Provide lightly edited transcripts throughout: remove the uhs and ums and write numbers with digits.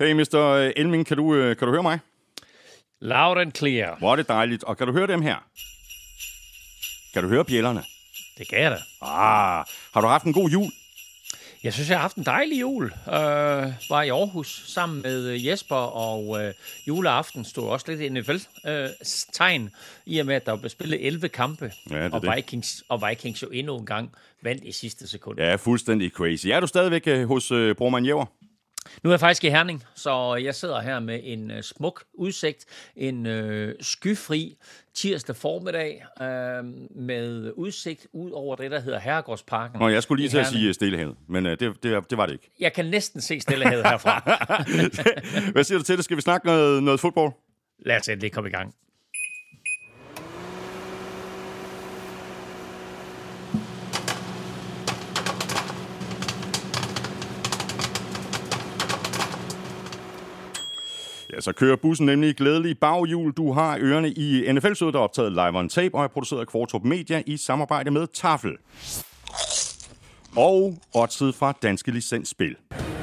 Hey, Mr. Elming, kan du høre mig? Loud and clear. Hvor er det dejligt. Og kan du høre dem her? Kan du høre bjællerne? Det kan jeg da. Har du haft en god jul? Jeg synes, jeg har haft en dejlig jul. Var i Aarhus sammen med Jesper, og juleaften stod også lidt i NFL-tegn, i og med, at der blev spillet 11 kampe, ja, og Vikings jo endnu en gang vandt i sidste sekund. Ja, fuldstændig crazy. Er du stadigvæk hos Broman Jæver? Nu er jeg faktisk i Herning, så jeg sidder her med en smuk udsigt, en skyfri tirsdag formiddag med udsigt ud over det, der hedder Herregårdsparken. Nå, jeg skulle lige til at sige Stillehavet, men det var det ikke. Jeg kan næsten se Stillehavet herfra. Hvad siger du til det? Skal vi snakke noget fodbold? Lad os endelig komme i gang. Ja, så kører bussen nemlig glædelig baghjul. Du har ørerne i NFL-showet, der er optaget live on tape, og er produceret af Kvartrup Media i samarbejde med Tafel. Og oddset fra Danske Licensspil.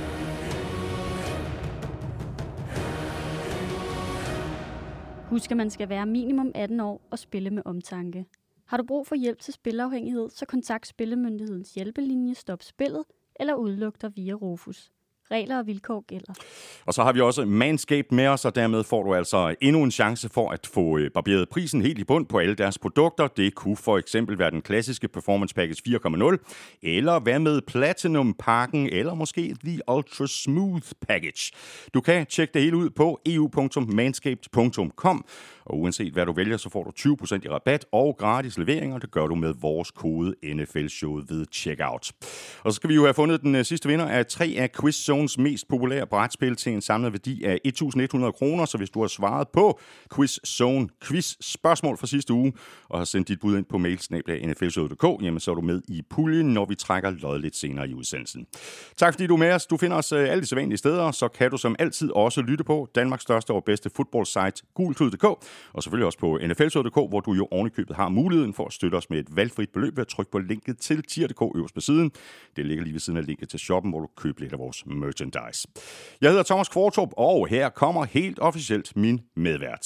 Husk, at man skal være minimum 18 år og spille med omtanke. Har du brug for hjælp til spilafhængighed, så kontakt Spillemyndighedens hjælpelinje Stop Spillet eller udluk dig via Rofus. Regler og vilkår gælder. Og så har vi også Manscaped med os, og dermed får du altså endnu en chance for at få barberet prisen helt i bund på alle deres produkter. Det kunne for eksempel være den klassiske Performance Package 4.0, eller hvad med Platinum-pakken, eller måske The Ultra Smooth Package. Du kan tjekke det hele ud på eu.manscaped.com, og uanset hvad du vælger, så får du 20% i rabat og gratis leveringer. Det gør du med vores kode NFL-showet ved checkout. Og så skal vi jo have fundet den sidste vinder af 3 af Quiz Zones mest populære brætspil til en samlet værdi af 1.100 kroner. Så hvis du har svaret på Quiz Zone quiz spørgsmål fra sidste uge, og har sendt dit bud ind på mailsnabel.nflshowet.dk, jamen så er du med i puljen, når vi trækker lod lidt senere i udsendelsen. Tak fordi du er med os. Du finder os alle de sædvanlige steder, så kan du som altid også lytte på Danmarks største og bedste fodboldsite, gulklud.dk, og selvfølgelig også på nflshowet.dk, hvor du jo ovenikøbet har muligheden for at støtte os med et valgfrit beløb ved at trykke på linket til tier.dk øverst på siden. Det ligger lige ved siden af linket til shoppen, hvor du køber lidt af vores merchandise. Jeg hedder Thomas Kvartrup, og her kommer helt officielt min medvært.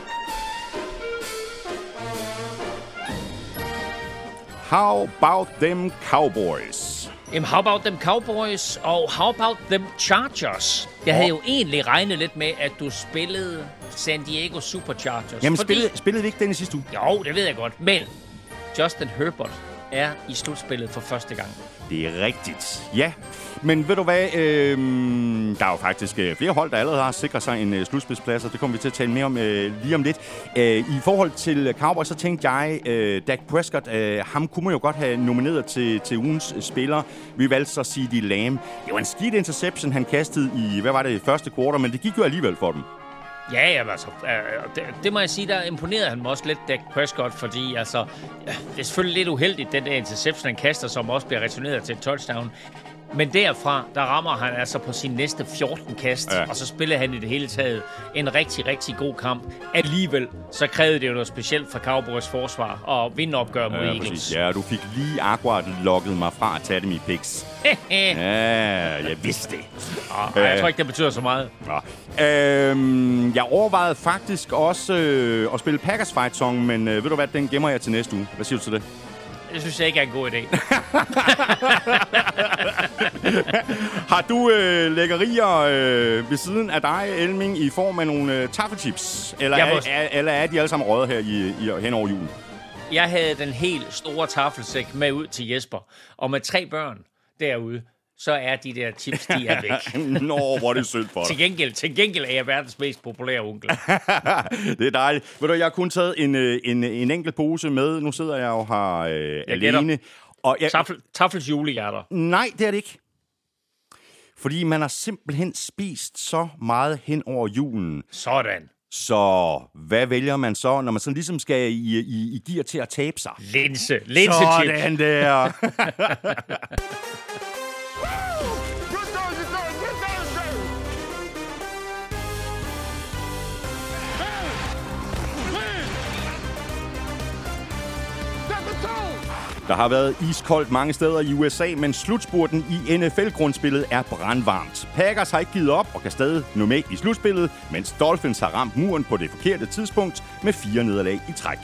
How about them Cowboys? Jamen, how about them Cowboys, og how about them Chargers? Jeg havde jo egentlig regnet lidt med, at du spillede San Diego Superchargers. Jamen, spillede vi ikke den i sidste uge? Jo, det ved jeg godt, men Justin Herbert er i slutspillet for første gang. Det er rigtigt, ja. Men ved du hvad, der er jo faktisk flere hold, der allerede har sikret sig en slutspidsplads, og det kommer vi til at tale mere om lige om lidt. I forhold til Cowboys, så tænkte jeg, Dak Prescott, ham kunne man jo godt have nomineret til ugens spiller. Vi valgte så CeeDee Lamb. Det var en skidt interception, han kastede i, hvad var det, første kvartal, men det gik jo alligevel for dem. Ja, altså, det må jeg sige, der imponerede han mig også lidt, Dak Prescott, fordi altså, det er selvfølgelig lidt uheldigt, den der interception, han kaster, som også bliver returneret til et touchdown. Men derfra, der rammer han altså på sin næste 14 kast, ja. Og så spiller han i det hele taget en rigtig, rigtig god kamp. Alligevel, så krævede det jo noget specielt fra Cowboys forsvar og vinde opgør mod Eagles. Præcis. Ja, du fik lige akkurat lukket mig fra at tage dem i picks. Ja, jeg vidste det. Jeg tror ikke, det betyder så meget. Jeg overvejede faktisk også at spille Packers Fight Song, men ved du hvad, den gemmer jeg til næste uge. Hvad siger du til det? Det synes jeg ikke er en god idé. Har du lækkerier ved siden af dig, Elming, i form af nogle taffelchips? Eller er de alle sammen røget her hen over julen? Jeg havde den helt store taffelsæk med ud til Jesper. Og med 3 børn derude, så er de der chips, de er væk. Nå, hvor er det synd for dig. Til gengæld er jeg verdens mest populære onkel. Det er dejligt. Ved du, jeg har kun taget en enkelt pose med. Nu sidder jeg jo her alene. Taffels julehjerter. Nej, det er det ikke. Fordi man har simpelthen spist så meget hen over julen. Sådan. Så hvad vælger man så, når man sådan ligesom skal i gear til at tabe sig? Linsechips. Sådan der. Der har været iskoldt mange steder i USA, men slutspurten i NFL-grundspillet er brandvarmt. Packers har ikke givet op og kan stadig nå med i slutspillet, mens Dolphins har ramt muren på det forkerte tidspunkt med 4 nederlag i træk.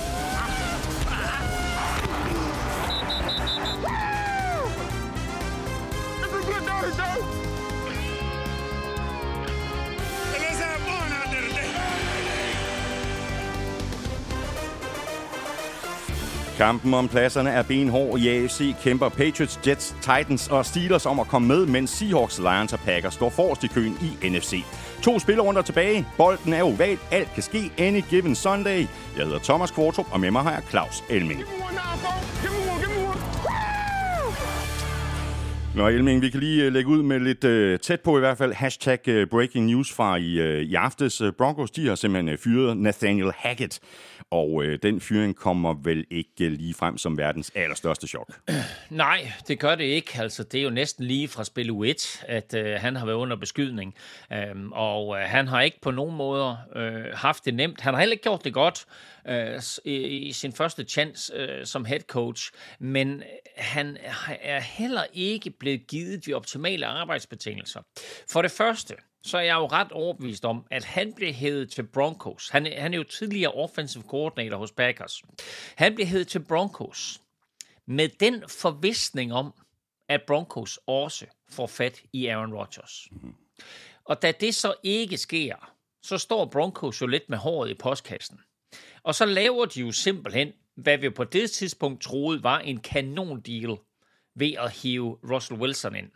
Kampen om pladserne er benhård. I AFC kæmper Patriots, Jets, Titans og Steelers om at komme med, mens Seahawks, Lions og Packers står forrest i køen i NFC. 2 spillerunder tilbage. Bolden er oval. Alt kan ske any given Sunday. Jeg hedder Thomas Kvartrup, og med mig har jeg Claus Elming. Nå, Elming, vi kan lige lægge ud med lidt tæt på i hvert fald hashtag breaking news fra i aftes. Broncos, de har simpelthen fyret Nathaniel Hackett, og den fyring kommer vel ikke lige frem som verdens allerstørste chok. Nej, det gør det ikke. Altså, det er jo næsten lige fra spil U1, at han har været under beskydning, og han har ikke på nogen måder haft det nemt. Han har heller ikke gjort det godt i sin første chance som head coach, men han er heller ikke blevet givet de optimale arbejdsbetingelser. For det første, så er jeg jo ret overbevist om, at han blev hævet til Broncos. Han er jo tidligere offensive coordinator hos Packers. Han blev hævet til Broncos med den forvisning om, at Broncos også får fat i Aaron Rodgers. Og da det så ikke sker, så står Broncos jo lidt med håret i postkassen. Og så laver de jo simpelthen, hvad vi på det tidspunkt troede var en kanondeal ved at hive Russell Wilson ind.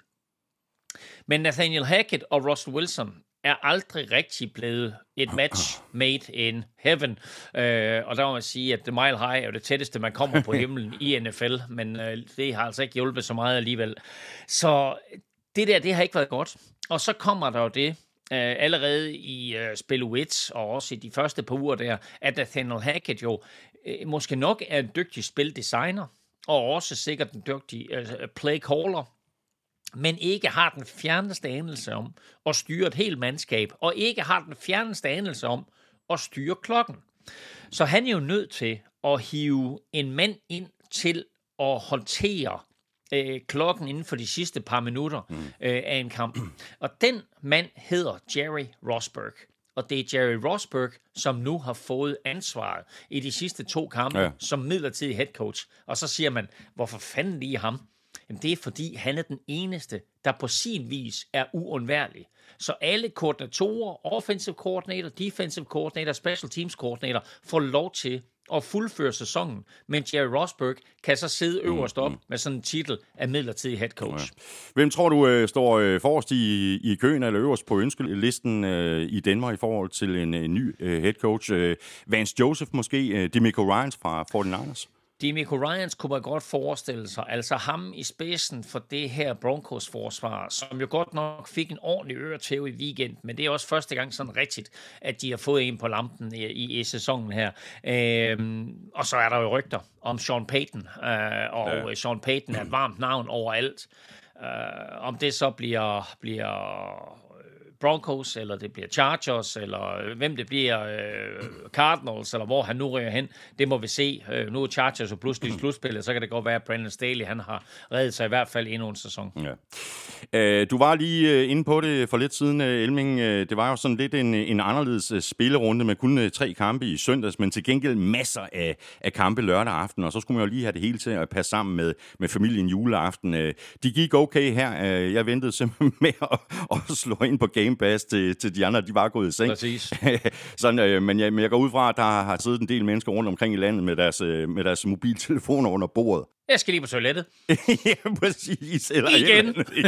Men Nathaniel Hackett og Russell Wilson er aldrig rigtig blevet et match made in heaven. Og der må man sige, at The Mile High er jo det tætteste, man kommer på himlen i NFL, men det har altså ikke hjulpet så meget alligevel. Så det har ikke været godt. Og så kommer der jo det, allerede i spil U1 og også i de første par uger der, at Nathaniel Hackett jo måske nok er en dygtig spildesigner, og også sikkert en dygtig playcaller, men ikke har den fjerneste anelse om at styre et helt mandskab, og ikke har den fjerneste anelse om at styre klokken. Så han er jo nødt til at hive en mand ind til at håndtere klokken inden for de sidste par minutter af en kamp. Og den mand hedder Jerry Rosburg. Og det er Jerry Rosburg, som nu har fået ansvaret i de sidste 2 kampe som midlertidig head coach. Og så siger man, hvorfor fanden lige ham? Jamen det er fordi, han er den eneste, der på sin vis er uundværlig. Så alle koordinatorer, offensive coordinator, defensive coordinator, special teams coordinator, får lov til at fuldføre sæsonen, men Jerry Rosburg kan så sidde øverst op med sådan en titel af midlertidig head coach. Ja. Hvem tror du står forrest i køen eller øverst på ønskelisten i Danmark i forhold til en ny head coach? Vance Joseph måske? DeMeco Ryans fra 49ers? DeMeco Ryans kunne man godt forestille sig, altså ham i spidsen for det her Broncos-forsvar, som jo godt nok fik en ordentlig øretæve i weekend, men det er også første gang sådan rigtigt, at de har fået en på lampen i sæsonen her. Og så er der jo rygter om Sean Payton, og Sean Payton er et varmt navn overalt. Om det så bliver Broncos, eller det bliver Chargers, eller hvem det bliver, Cardinals, eller hvor han nu ryger hen, det må vi se. Nu er Chargers jo pludselig slutspillet, så kan det godt være, at Brandon Staley, han har reddet sig i hvert fald endnu en sæson. Ja. Du var lige inde på det for lidt siden, Elming. Det var jo sådan lidt en anderledes spillerunde med kun 3 kampe i søndags, men til gengæld masser af kampe lørdag aften, og så skulle man jo lige have det hele til at passe sammen med familien juleaften. De gik okay her. Jeg ventede simpelthen med at slå ind på Game Pass til de andre, de var gået i seng. Præcis. Sådan, men jeg går ud fra, at der har siddet en del mennesker rundt omkring i landet med deres mobiltelefoner under bordet. Jeg skal lige på toilettet. Ja, præcis. Eller igen.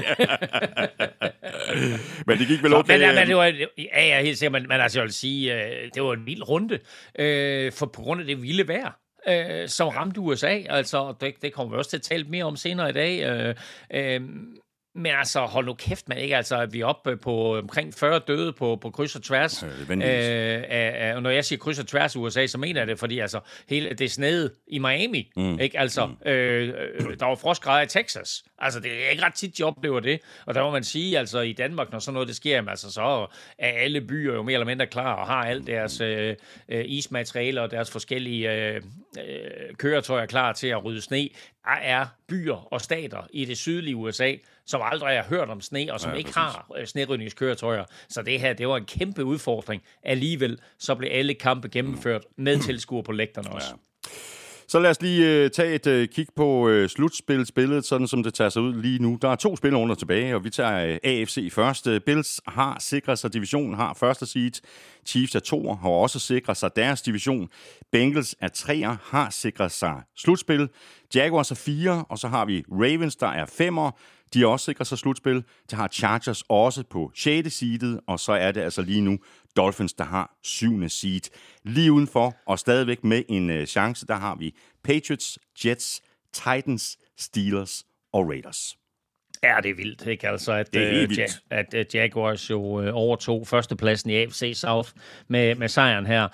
Men det gik vel okay. Men det var, jeg er helt sikker, men altså, jeg vil sige, det var en vild runde, for på grund af det vilde vejr, som ramte USA. Altså, det kommer vi også til at tale mere om senere i dag. Men altså, hold nu kæft, man ikke. Altså, vi er oppe på omkring 40 døde på kryds og tværs. Og når jeg siger kryds og tværs i USA, så mener jeg det, fordi altså, det snede i Miami. Ikke? Altså, der var frostgrader i Texas. Altså, det er ikke ret tit, de oplever det. Og der må man sige, altså i Danmark, når sådan noget det sker, altså, så er alle byer jo mere eller mindre klar og har alt deres ismaterialer og deres forskellige køretøjer klar til at rydde sne. Der er byer og stater i det sydlige USA, som aldrig har hørt om sne, og som ikke har snerydningskøretøjer. Så det her, det var en kæmpe udfordring. Alligevel, så blev alle kampe gennemført med tilskuere på lægterne også. Ja. Så lad os lige tage et kig på slutspilsbilledet, sådan som det tager sig ud lige nu. Der er 2 spillerunder tilbage, og vi tager AFC først. Bills har sikret sig divisionen, har første seed. Chiefs er 2'er, har også sikret sig deres division. Bengals er 3'er, har sikret sig slutspil. Jaguars er 4'er, og så har vi Ravens, der er 5'er. De har også sikret sig slutspil. Det har Chargers også på 6. seedet, og så er det altså lige nu Dolphins, der har 7. seed. Lige udenfor, og stadigvæk med en chance, der har vi Patriots, Jets, Titans, Steelers og Raiders. Ja, det er vildt, ikke? Altså, at Jaguars jo overtog førstepladsen i AFC South med sejren her.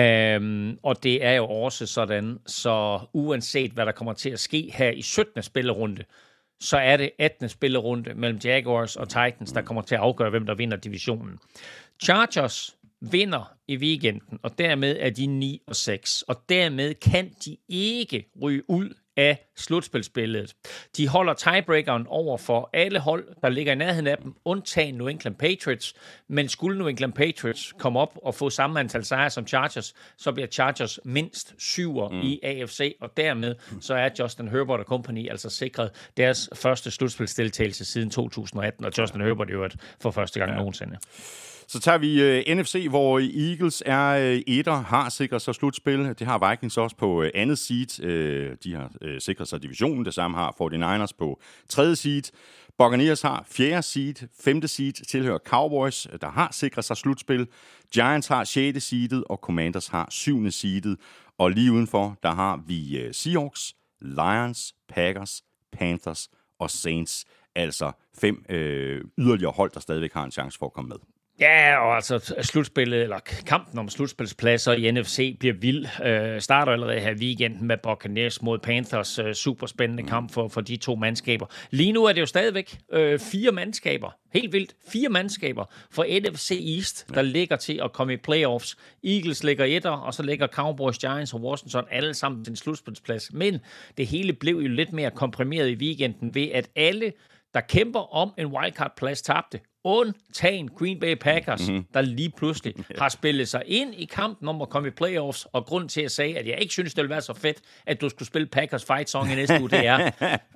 Og det er jo også sådan, så uanset hvad der kommer til at ske her i 17. spillerunde, så er det 18. spillerunde mellem Jaguars og Titans, der kommer til at afgøre, hvem der vinder divisionen. Chargers vinder i weekenden, og dermed er de 9-6, og dermed kan de ikke ryge ud af slutspilsbilledet. De holder tiebreakeren over for alle hold, der ligger i nærheden af dem, undtagen New England Patriots. Men skulle New England Patriots komme op og få samme antal sejre som Chargers, så bliver Chargers mindst 7'er i AFC, og dermed så er Justin Herbert og company altså sikret deres første slutspilsdeltagelse siden 2018, og Justin Herbert jo for første gang nogensinde. Så tager vi NFC, hvor Eagles er 1'er, har sikret sig slutspil. Det har Vikings også på 2. seed. De har sikret sig divisionen. Det samme har 49ers på 3. seed. Buccaneers har 4. seed. 5. seed tilhører Cowboys, der har sikret sig slutspil. Giants har 6. seedet, og Commanders har 7. seedet. Og lige udenfor, der har vi Seahawks, Lions, Packers, Panthers og Saints. Altså 5 yderligere hold, der stadigvæk har en chance for at komme med. Ja, og altså slutspillet, eller kampen om slutspilspladser i NFC bliver vild. Starter allerede her i weekenden med Buccaneers mod Panthers. Super spændende kamp for de 2 mandskaber. Lige nu er det jo stadigvæk 4 mandskaber. Helt vildt. 4 mandskaber for NFC East, der ligger til at komme i playoffs. Eagles ligger 1'er, og så ligger Cowboys, Giants og Washington alle sammen til en slutspilsplads. Men det hele blev jo lidt mere komprimeret i weekenden ved, at alle, der kæmper om en wildcard-plads, tabte. Undtagen Green Bay Packers, der lige pludselig har spillet sig ind i kampen om at komme i playoffs, og grund til at sige, at jeg ikke synes, det ville være så fedt, at du skulle spille Packers Fight Song i næste uge, det er,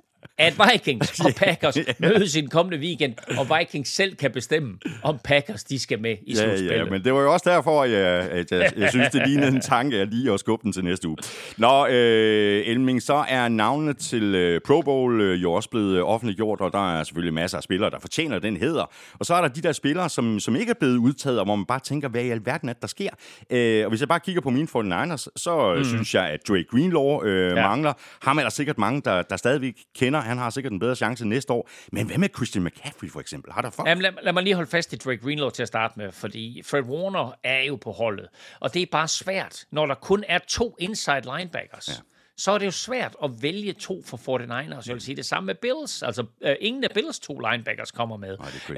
at Vikings og Packers mødes i den kommende weekend, og Vikings selv kan bestemme, om Packers de skal med i slutspillet. Ja, men det var jo også derfor, at jeg synes, det lignede en tanke, at lige at skubbe den til næste uge. Nå, Elming, så er navnene til Pro Bowl jo også blevet offentliggjort, og der er selvfølgelig masser af spillere, der fortjener den hæder. Og så er der de der spillere, som ikke er blevet udtaget, og hvor man bare tænker, hvad i alverden er der sker. Og hvis jeg bare kigger på mine 49ers, så synes jeg, at Dre Greenlaw mangler. Ham er der sikkert mange, der stadigvæk kender. Han har sikkert en bedre chance næste år. Men hvad med Christian McCaffrey for eksempel? Har der folk? Jamen, lad mig lige holde fast i Dre Greenlaw til at starte med, fordi Fred Warner er jo på holdet. Og det er bare svært, når der kun er 2 inside linebackers. Ja. Så er det jo svært at vælge 2 for 49ers. Jeg vil sige det samme med Bills. Altså, ingen af Bills 2 linebackers kommer med.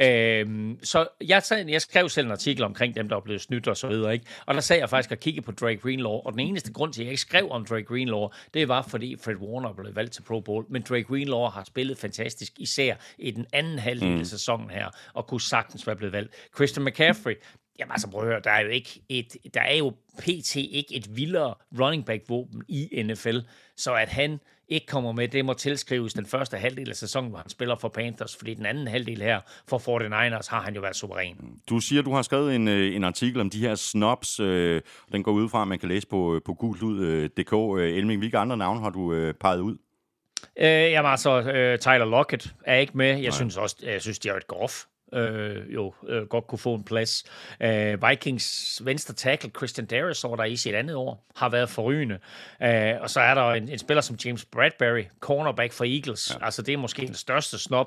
Så jeg skrev selv en artikel omkring dem, der er blevet snydt og så videre, ikke? Og der sagde jeg faktisk at kigge på Dre Greenlaw, og den eneste grund til, at jeg ikke skrev om Dre Greenlaw, det var, fordi Fred Warner blev valgt til Pro Bowl. Men Dre Greenlaw har spillet fantastisk, især i den anden halvdel af sæsonen her, og kunne sagtens være blevet valgt. Christian McCaffrey, jamen altså, prøv at høre, der er jo pt. Ikke et vildere running back-våben i NFL, så at han ikke kommer med, det må tilskrives den første halvdel af sæsonen, hvor han spiller for Panthers, fordi den anden halvdel her for 49ers har han jo været suveræn. Du siger, du har skrevet en artikel om de her snobs, den går ud fra, at man kan læse på gultlud.dk. Elming, hvilke andre navne har du peget ud? Jamen altså, Tyler Lockett er ikke med. Jeg synes, de har et Goff. Godt kunne få en plads. Vikings venstre tackle Christian Darrisaw, der i sit andet år har været forrygende. Og så er der en spiller som James Bradbury, cornerback for Eagles. Ja. Altså det er måske den største snob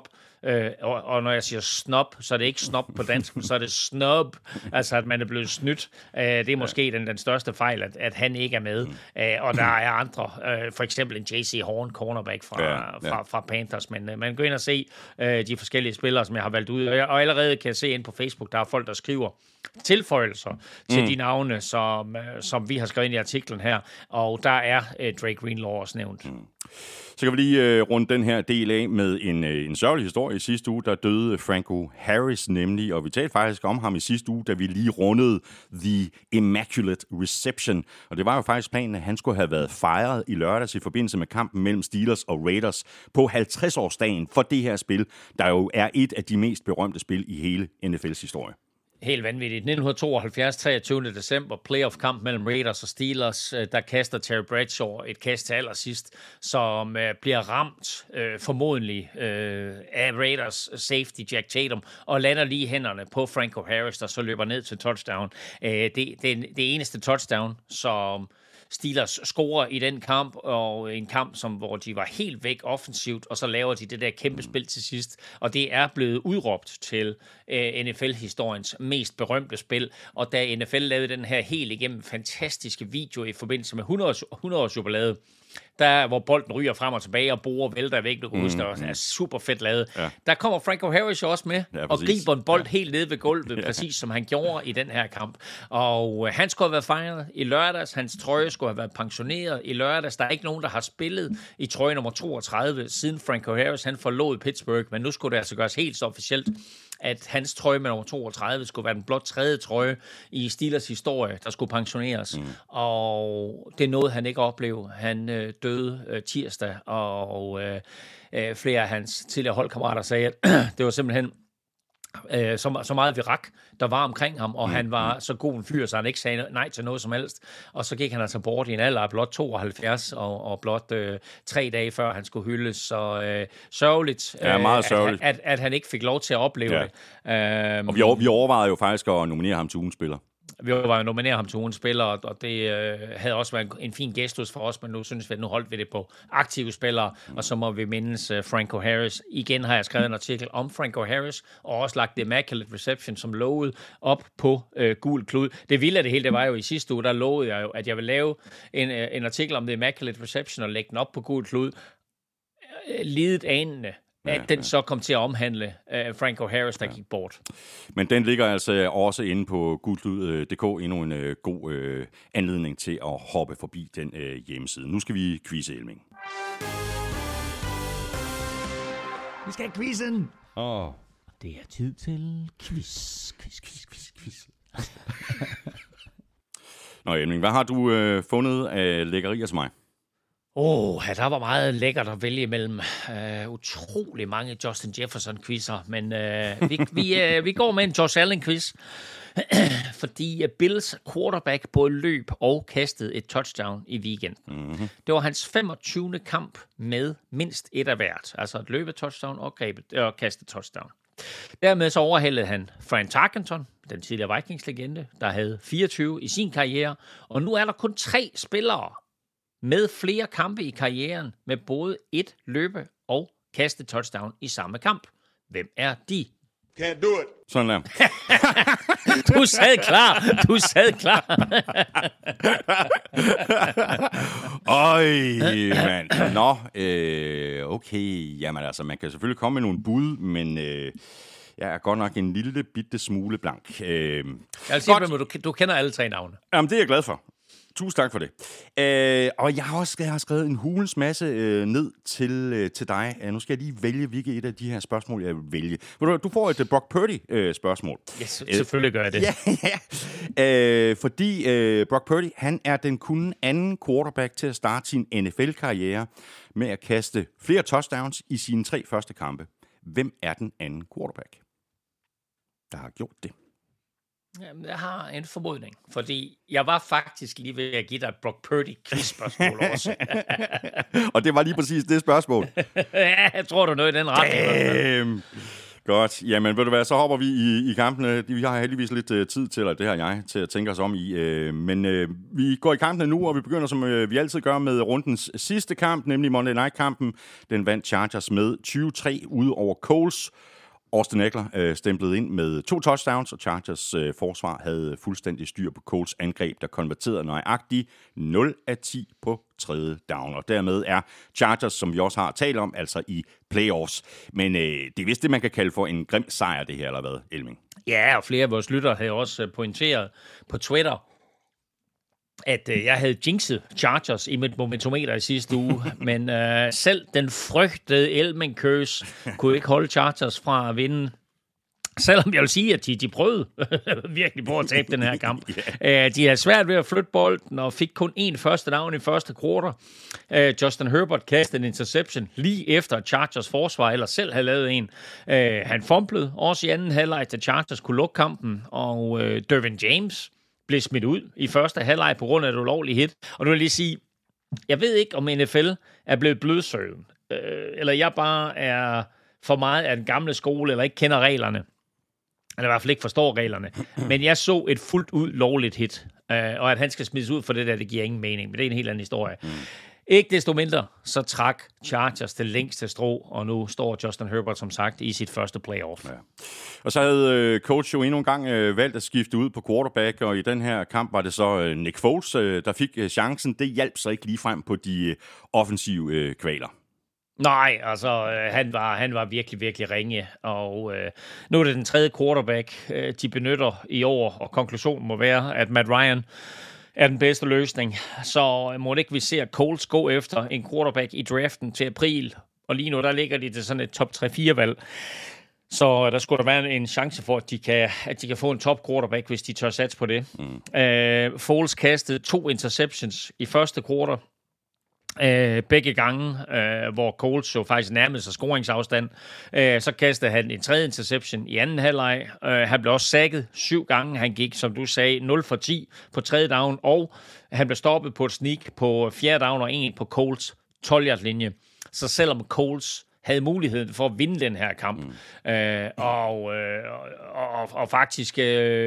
Og når jeg siger snob, så er det ikke snob på dansk, så er det snob, altså at man er blevet snydt. Det er måske den største fejl, at han ikke er med. Og der er andre, for eksempel en J.C. Horn, cornerback fra Panthers, men man går ind og se de forskellige spillere, som jeg har valgt ud. Og allerede kan jeg se ind på Facebook, der er folk, der skriver tilføjelser til de navne, som vi har skrevet ind i artiklen her, og der er Drake Greenlaw også nævnt. Så kan vi lige runde den her del af med en sørgelig historie. I sidste uge, der døde Franco Harris nemlig, og vi talte faktisk om ham i sidste uge, da vi lige rundede The Immaculate Reception. Og det var jo faktisk planen, at han skulle have været fejret i lørdags i forbindelse med kampen mellem Steelers og Raiders på 50-årsdagen for det her spil, der jo er et af de mest berømte spil i hele NFL's historie. Helt vanvittigt. 1972, 23. december, playoff-kamp mellem Raiders og Steelers. Der kaster Terry Bradshaw et kast til allersidst, som bliver ramt formodentlig af Raiders safety Jack Tatum, og lander lige hænderne på Franco Harris, der så løber ned til touchdown. Det eneste touchdown, som Steelers scorer i den kamp, og en kamp, hvor de var helt væk offensivt, og så laver de det der kæmpe spil til sidst, og det er blevet udråbt til NFL-historiens mest berømte spil, og da NFL lavede den her helt igennem fantastiske video i forbindelse med 100-års jubilæet, der hvor bolden ryger frem og tilbage, og borer vælter væk, du kan huske, det er super fedt lavet. Ja. Der kommer Franco Harris også med, og griber en bold helt nede ved gulvet, præcis som han gjorde i den her kamp. Og han skulle have været fejret i lørdags, hans trøje skulle have været pensioneret i lørdags. Der er ikke nogen, der har spillet i trøje nummer 32, siden Franco Harris han forlod Pittsburgh, men nu skulle det altså gøres helt så officielt, at hans trøje med nummer 32 skulle være den blot tredje trøje i Steelers historie, der skulle pensioneres. Og det nåede han ikke at opleve. Han døde tirsdag, og flere af hans tidligere holdkammerater sagde, at det var simpelthen så meget virak, der var omkring ham, og han var så god en fyr, så han ikke sagde nej til noget som helst. Og så gik han altså bort i en alder af blot 72, og blot 3 dage før han skulle hyldes. Så sørgeligt, meget sørgeligt. At han ikke fik lov til at opleve det. Og vi overvejede jo faktisk at nominere ham til ugens spiller. Vi var jo nomineret ham til ugens spiller, og det havde også været en fin gestus for os, men nu synes vi, at nu holdt vi det på aktive spillere, og så må vi mindes Franco Harris. Igen har jeg skrevet en artikel om Franco Harris, og også lagt The Immaculate Reception som lovet op på gul klud. Det vilde af det hele, det var jo i sidste uge, der lovede jeg jo, at jeg vil lave en artikel om The Immaculate Reception og lægge den op på gul klud. Lidet anende, at den så kom til at omhandle Franco Harris, der gik bort. Men den ligger altså også inde på gulklud.dk, endnu en god anledning til at hoppe forbi den hjemmeside. Nu skal vi quizze, Elming. Vi skal have quizzen! Det er tid til quiz. Nå, Elming, hvad har du fundet af lækkerier til mig? Der var meget lækkert at vælge mellem utrolig mange Justin Jefferson-quizzer, men vi går med en Josh Allen-quiz, fordi Bills quarterback både løb og kastede et touchdown i weekenden. Det var hans 25. kamp med mindst et af hvert, altså et løbetouchdown og kastet touchdown. Dermed så overhældede han Fran Tarkenton, den tidligere Vikings-legende, der havde 24 i sin karriere, og nu er der kun 3 spillere med flere kampe i karrieren med både et løbe- og kaste touchdown i samme kamp. Hvem er de? Can't do it. Sådan der. Du sad klar. Mand. Nå, okay. Jamen altså, man kan selvfølgelig komme med nogle bud, men jeg er godt nok en lille bitte smule blank. Jeg vil sige, du kender alle 3 navne. Jamen, det er jeg glad for. Tusind tak for det. Og jeg har skrevet en hulens masse ned til dig. Nu skal jeg lige vælge, hvilket et af de her spørgsmål, jeg vil vælge. Du får et Brock Purdy-spørgsmål. Ja, selvfølgelig gør jeg det. Fordi Brock Purdy, han er den kun anden quarterback til at starte sin NFL-karriere med at kaste flere touchdowns i sine 3 første kampe. Hvem er den anden quarterback, der har gjort det? Jeg har en formodning, fordi jeg var faktisk lige ved at give dig et Brock Purdy-quiz-spørgsmål også. Og det var lige præcis det spørgsmål. Ja, jeg tror, du noget i den retning. Godt. Jamen, ved du hvad, så hopper vi i kampene. Vi har heldigvis lidt tid til, eller det har jeg, til at tænke os om i. Men vi går i kampene nu, og vi begynder, som vi altid gør, med rundens sidste kamp, nemlig Monday Night-kampen. Den vandt Chargers med 20-3 ude over Colts. Austin Eckler stemplede ind med 2 touchdowns, og Chargers forsvar havde fuldstændig styr på Colts angreb, der konverterede nøjagtigt 0 af 10 på 3. down. Og dermed er Chargers, som vi også har talt om, altså i playoffs. Men det er vist det, man kan kalde for en grim sejr, det her, eller hvad, Elming? Ja, og flere af vores lyttere havde også pointeret på Twitter, at jeg havde jinxet Chargers i mit momentometer i sidste uge, men selv den frygtede Elming-curse kunne ikke holde Chargers fra at vinde. Selvom jeg vil sige, at de prøvede virkelig på at tabe den her kamp. De havde svært ved at flytte bolden og fik kun 1 første down i første quarter. Justin Herbert kastede en interception lige efter Chargers forsvar, eller selv havde lavet en. Han fumblede også i anden halvleg, da Chargers kunne lukke kampen, og Derwin James blev smidt ud i første halvleg på grund af et ulovligt hit. Og nu vil jeg lige sige, jeg ved ikke, om NFL er blevet blødsøden, eller jeg bare er for meget af den gamle skole, eller ikke kender reglerne, eller i hvert fald ikke forstår reglerne. Men jeg så et fuldt ud lovligt hit, og at han skal smides ud for det der, det giver ingen mening. Men det er en helt anden historie. Ikke desto mindre, så trak Chargers det længste strå, og nu står Justin Herbert, som sagt, i sit første playoff. Ja. Og så havde coach jo endnu en gang valgt at skifte ud på quarterback, og i den her kamp var det så Nick Foles, der fik chancen. Det hjalp så ikke ligefrem på de offensive kvaler. Nej, altså han var virkelig, virkelig ringe, og nu er det den 3. quarterback, de benytter i år, og konklusionen må være, at Matt Ryan er den bedste løsning. Så må det ikke, vi ser Colts gå efter en quarterback i draften til april, og lige nu der ligger de til sådan et top 3-4-valg. Så der skulle der være en chance for, at de kan få en top quarterback, hvis de tør satse på det. Foles kastede 2 interceptions i første quarter. Begge gange, hvor Colts jo faktisk nærmede sig scoringsafstand. Så kastede han en 3. interception i anden halvleg. Han blev også sacket 7 gange. Han gik, som du sagde, 0 for 10 på 3. down, og han blev stoppet på et sneak på 4. down og 1 på Colts 12-yard linje. Så selvom Colts havde muligheden for at vinde den her kamp, og faktisk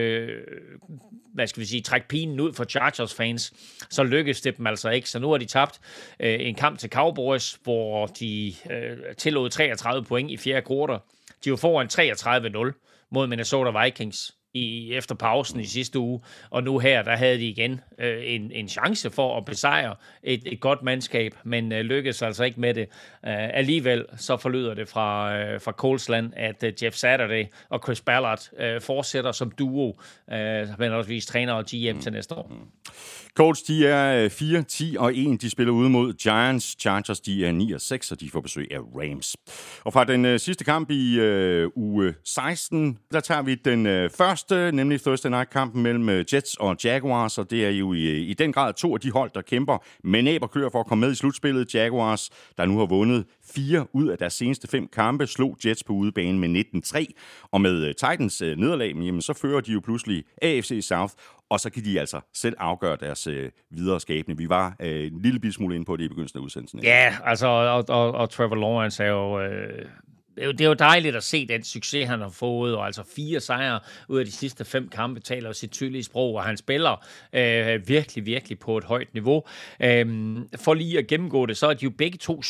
hvad skal vi sige, trække pinen ud for Chargers fans, så lykkedes det dem altså ikke. Så nu har de tabt en kamp til Cowboys, hvor de tillod 33 point i 4. quarter. De var foran 33-0 mod Minnesota Vikings efter pausen i sidste uge, og nu her, der havde de igen en chance for at besejre et godt mandskab, men lykkedes altså ikke med det. Alligevel så forlyder det fra Coltsland, at Jeff Saturday og Chris Ballard fortsætter som duo, men også vist træner og GM til næste år. Colts, de er 4-10-1. De spiller ude mod Giants. Chargers, de er 9-6, og de får besøg af Rams. Og fra den sidste kamp i uge 16, der tager vi den første, nemlig Thursday Night-kampen mellem Jets og Jaguars, og det er jo i den grad 2 af de hold, der kæmper med næb og klør for at komme med i slutspillet. Jaguars, der nu har vundet 4 ud af deres seneste 5 kampe, slog Jets på udebane med 19-3, og med Titans nederlag, jamen, så fører de jo pludselig AFC South, og så kan de altså selv afgøre deres videre skæbne. Vi var en lille smule inde på det i begyndelsen af udsendelsen. Ja, altså, og Trevor Lawrence er jo... Det er jo dejligt at se den succes, han har fået, og altså 4 sejre ud af de sidste 5 kampe taler sit tydelige sprog, og han spiller virkelig, virkelig på et højt niveau. For lige at gennemgå det, så er de jo begge to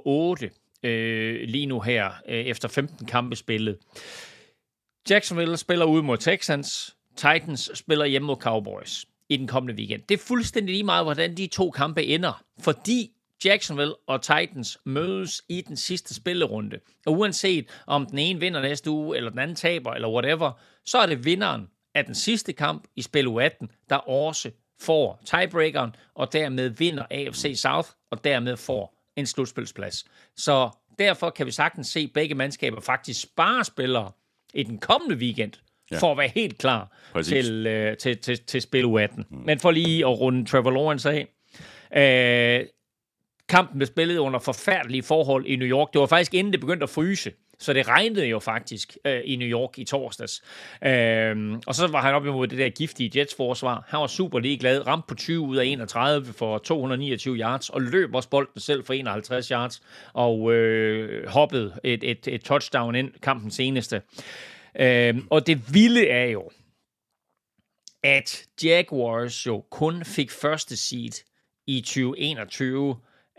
7-8 lige nu her, efter 15 kampe spillet. Jacksonville spiller ude mod Texans, Titans spiller hjemme mod Cowboys i den kommende weekend. Det er fuldstændig lige meget, hvordan de 2 kampe ender, fordi Jacksonville og Titans mødes i den sidste spillerunde. Og uanset om den ene vinder næste uge, eller den anden taber, eller whatever, så er det vinderen af den sidste kamp i spil u 18, der også får tiebreakeren, og dermed vinder AFC South, og dermed får en slutspilsplads. Så derfor kan vi sagtens se begge mandskaber faktisk spare spillere i den kommende weekend, for at være helt klar til spil u 18. Men for lige at runde Trevor Lawrence af, kampen blev spillet under forfærdelige forhold i New York. Det var faktisk inden det begyndte at fryse. Så det regnede jo faktisk i New York i torsdags. Og så var han op imod det der giftige Jets-forsvar. Han var super ligeglad, ramte på 20 ud af 31 for 229 yards, og løb også bolden selv for 51 yards, og hoppede et touchdown ind, kampens seneste. Og det vilde er jo, at Jaguars jo kun fik første seed i 2021,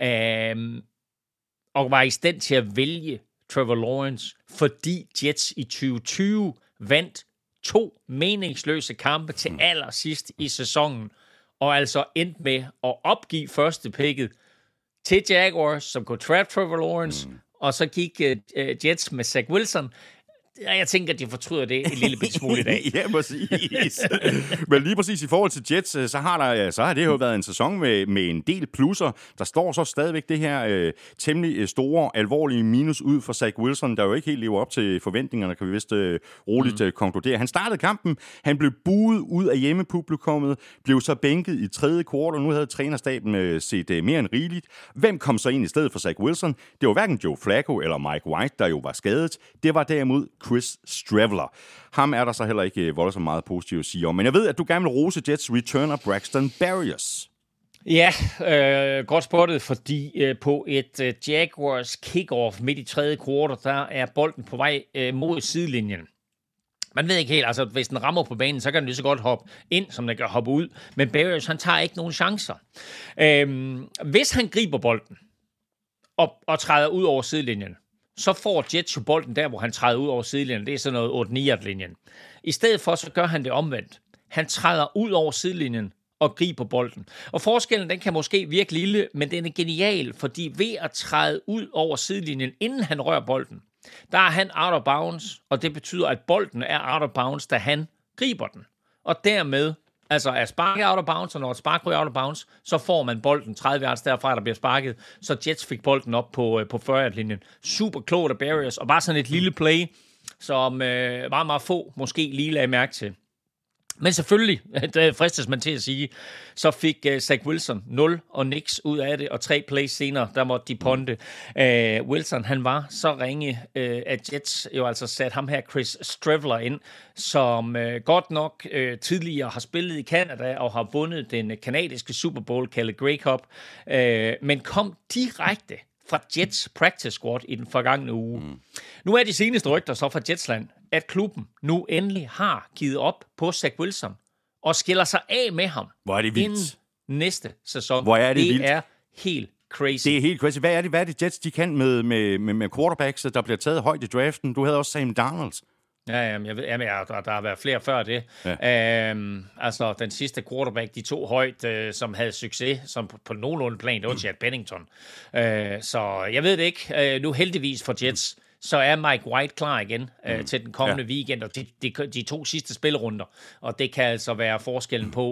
og var i stand til at vælge Trevor Lawrence, fordi Jets i 2020 vandt 2 meningsløse kampe til allersidst i sæsonen, og altså endte med at opgive første picket til Jaguars, som kunne trap Trevor Lawrence, og så gik Jets med Zach Wilson. Jeg tænker, at de fortryder det en lille bit smule i dag. Ja, præcis. Men lige præcis i forhold til Jets, så har det jo været en sæson med en del plusser. Der står så stadigvæk det her temmelig store, alvorlige minus ud for Zach Wilson, der jo ikke helt lever op til forventningerne, kan vi vist roligt konkludere. Han startede kampen, han blev buet ud af hjemmepublikummet, blev så bænket i tredje kvartal. Nu havde trænerstaben set mere end rigeligt. Hvem kom så ind i stedet for Zach Wilson? Det var hverken Joe Flacco eller Mike White, der jo var skadet. Det var derimod Chris Streveler. Ham er der så heller ikke voldsomt meget positivt at sige om. Men jeg ved, at du gerne vil rose Jets returner Braxton Berrios. Ja, godt spottet, fordi på et Jaguars kickoff midt i tredje kvartal, der er bolden på vej mod sidelinjen. Man ved ikke helt, altså hvis den rammer på banen, så kan den lige så godt hoppe ind, som den kan hoppe ud. Men Berrios, han tager ikke nogen chancer. Hvis han griber bolden og træder ud over sidelinjen, så får Jets jo bolden der, hvor han træder ud over sidelinjen. Det er sådan noget 8-9-linjen. I stedet for, så gør han det omvendt. Han træder ud over sidelinjen og griber bolden. Og forskellen, den kan måske virke lille, men den er genial, fordi ved at træde ud over sidelinjen, inden han rører bolden, der er han out of bounds, og det betyder, at bolden er out of bounds, da han griber den. Og dermed, altså er sparket out of bounds, og når et spark ryger out of bounds, så får man bolden 30 yards derfra, der bliver sparket. Så Jets fik bolden op på 40-yard-linjen. Super klogt af Berrios, og bare sådan et lille play, som meget, meget få måske lige lagde mærke til. Men selvfølgelig, det fristes man til at sige, så fik Zach Wilson 0 og niks ud af det, og 3 plays senere, der måtte de ponte. Wilson, han var så ringe, at Jets jo altså satte ham her, Chris Streveler, ind, som godt nok tidligere har spillet i Canada og har vundet den kanadiske Super Bowl, kaldet Grey Cup, men kom direkte fra Jets practice squad i den forgangne uge. Nu er de seneste rygter så fra Jetsland, at klubben nu endelig har givet op på Zach Wilson og skiller sig af med ham. Hvor er det vildt. Næste sæson. Hvor er det vildt. Det er helt crazy. Det er helt crazy. Hvad er det Jets, de kan med quarterbacks, der bliver taget højt i draften? Du havde også Sam Darnold. Ja, jeg ved, der har været flere før det. Ja. Altså, den sidste quarterback, de to højt, som havde succes, som på nogenlunde plan, det var Chad Pennington. Så jeg ved det ikke. Nu heldigvis for Jets, så er Mike White klar igen til den kommende weekend, og de 2 sidste spillerunder. Og det kan altså være forskellen på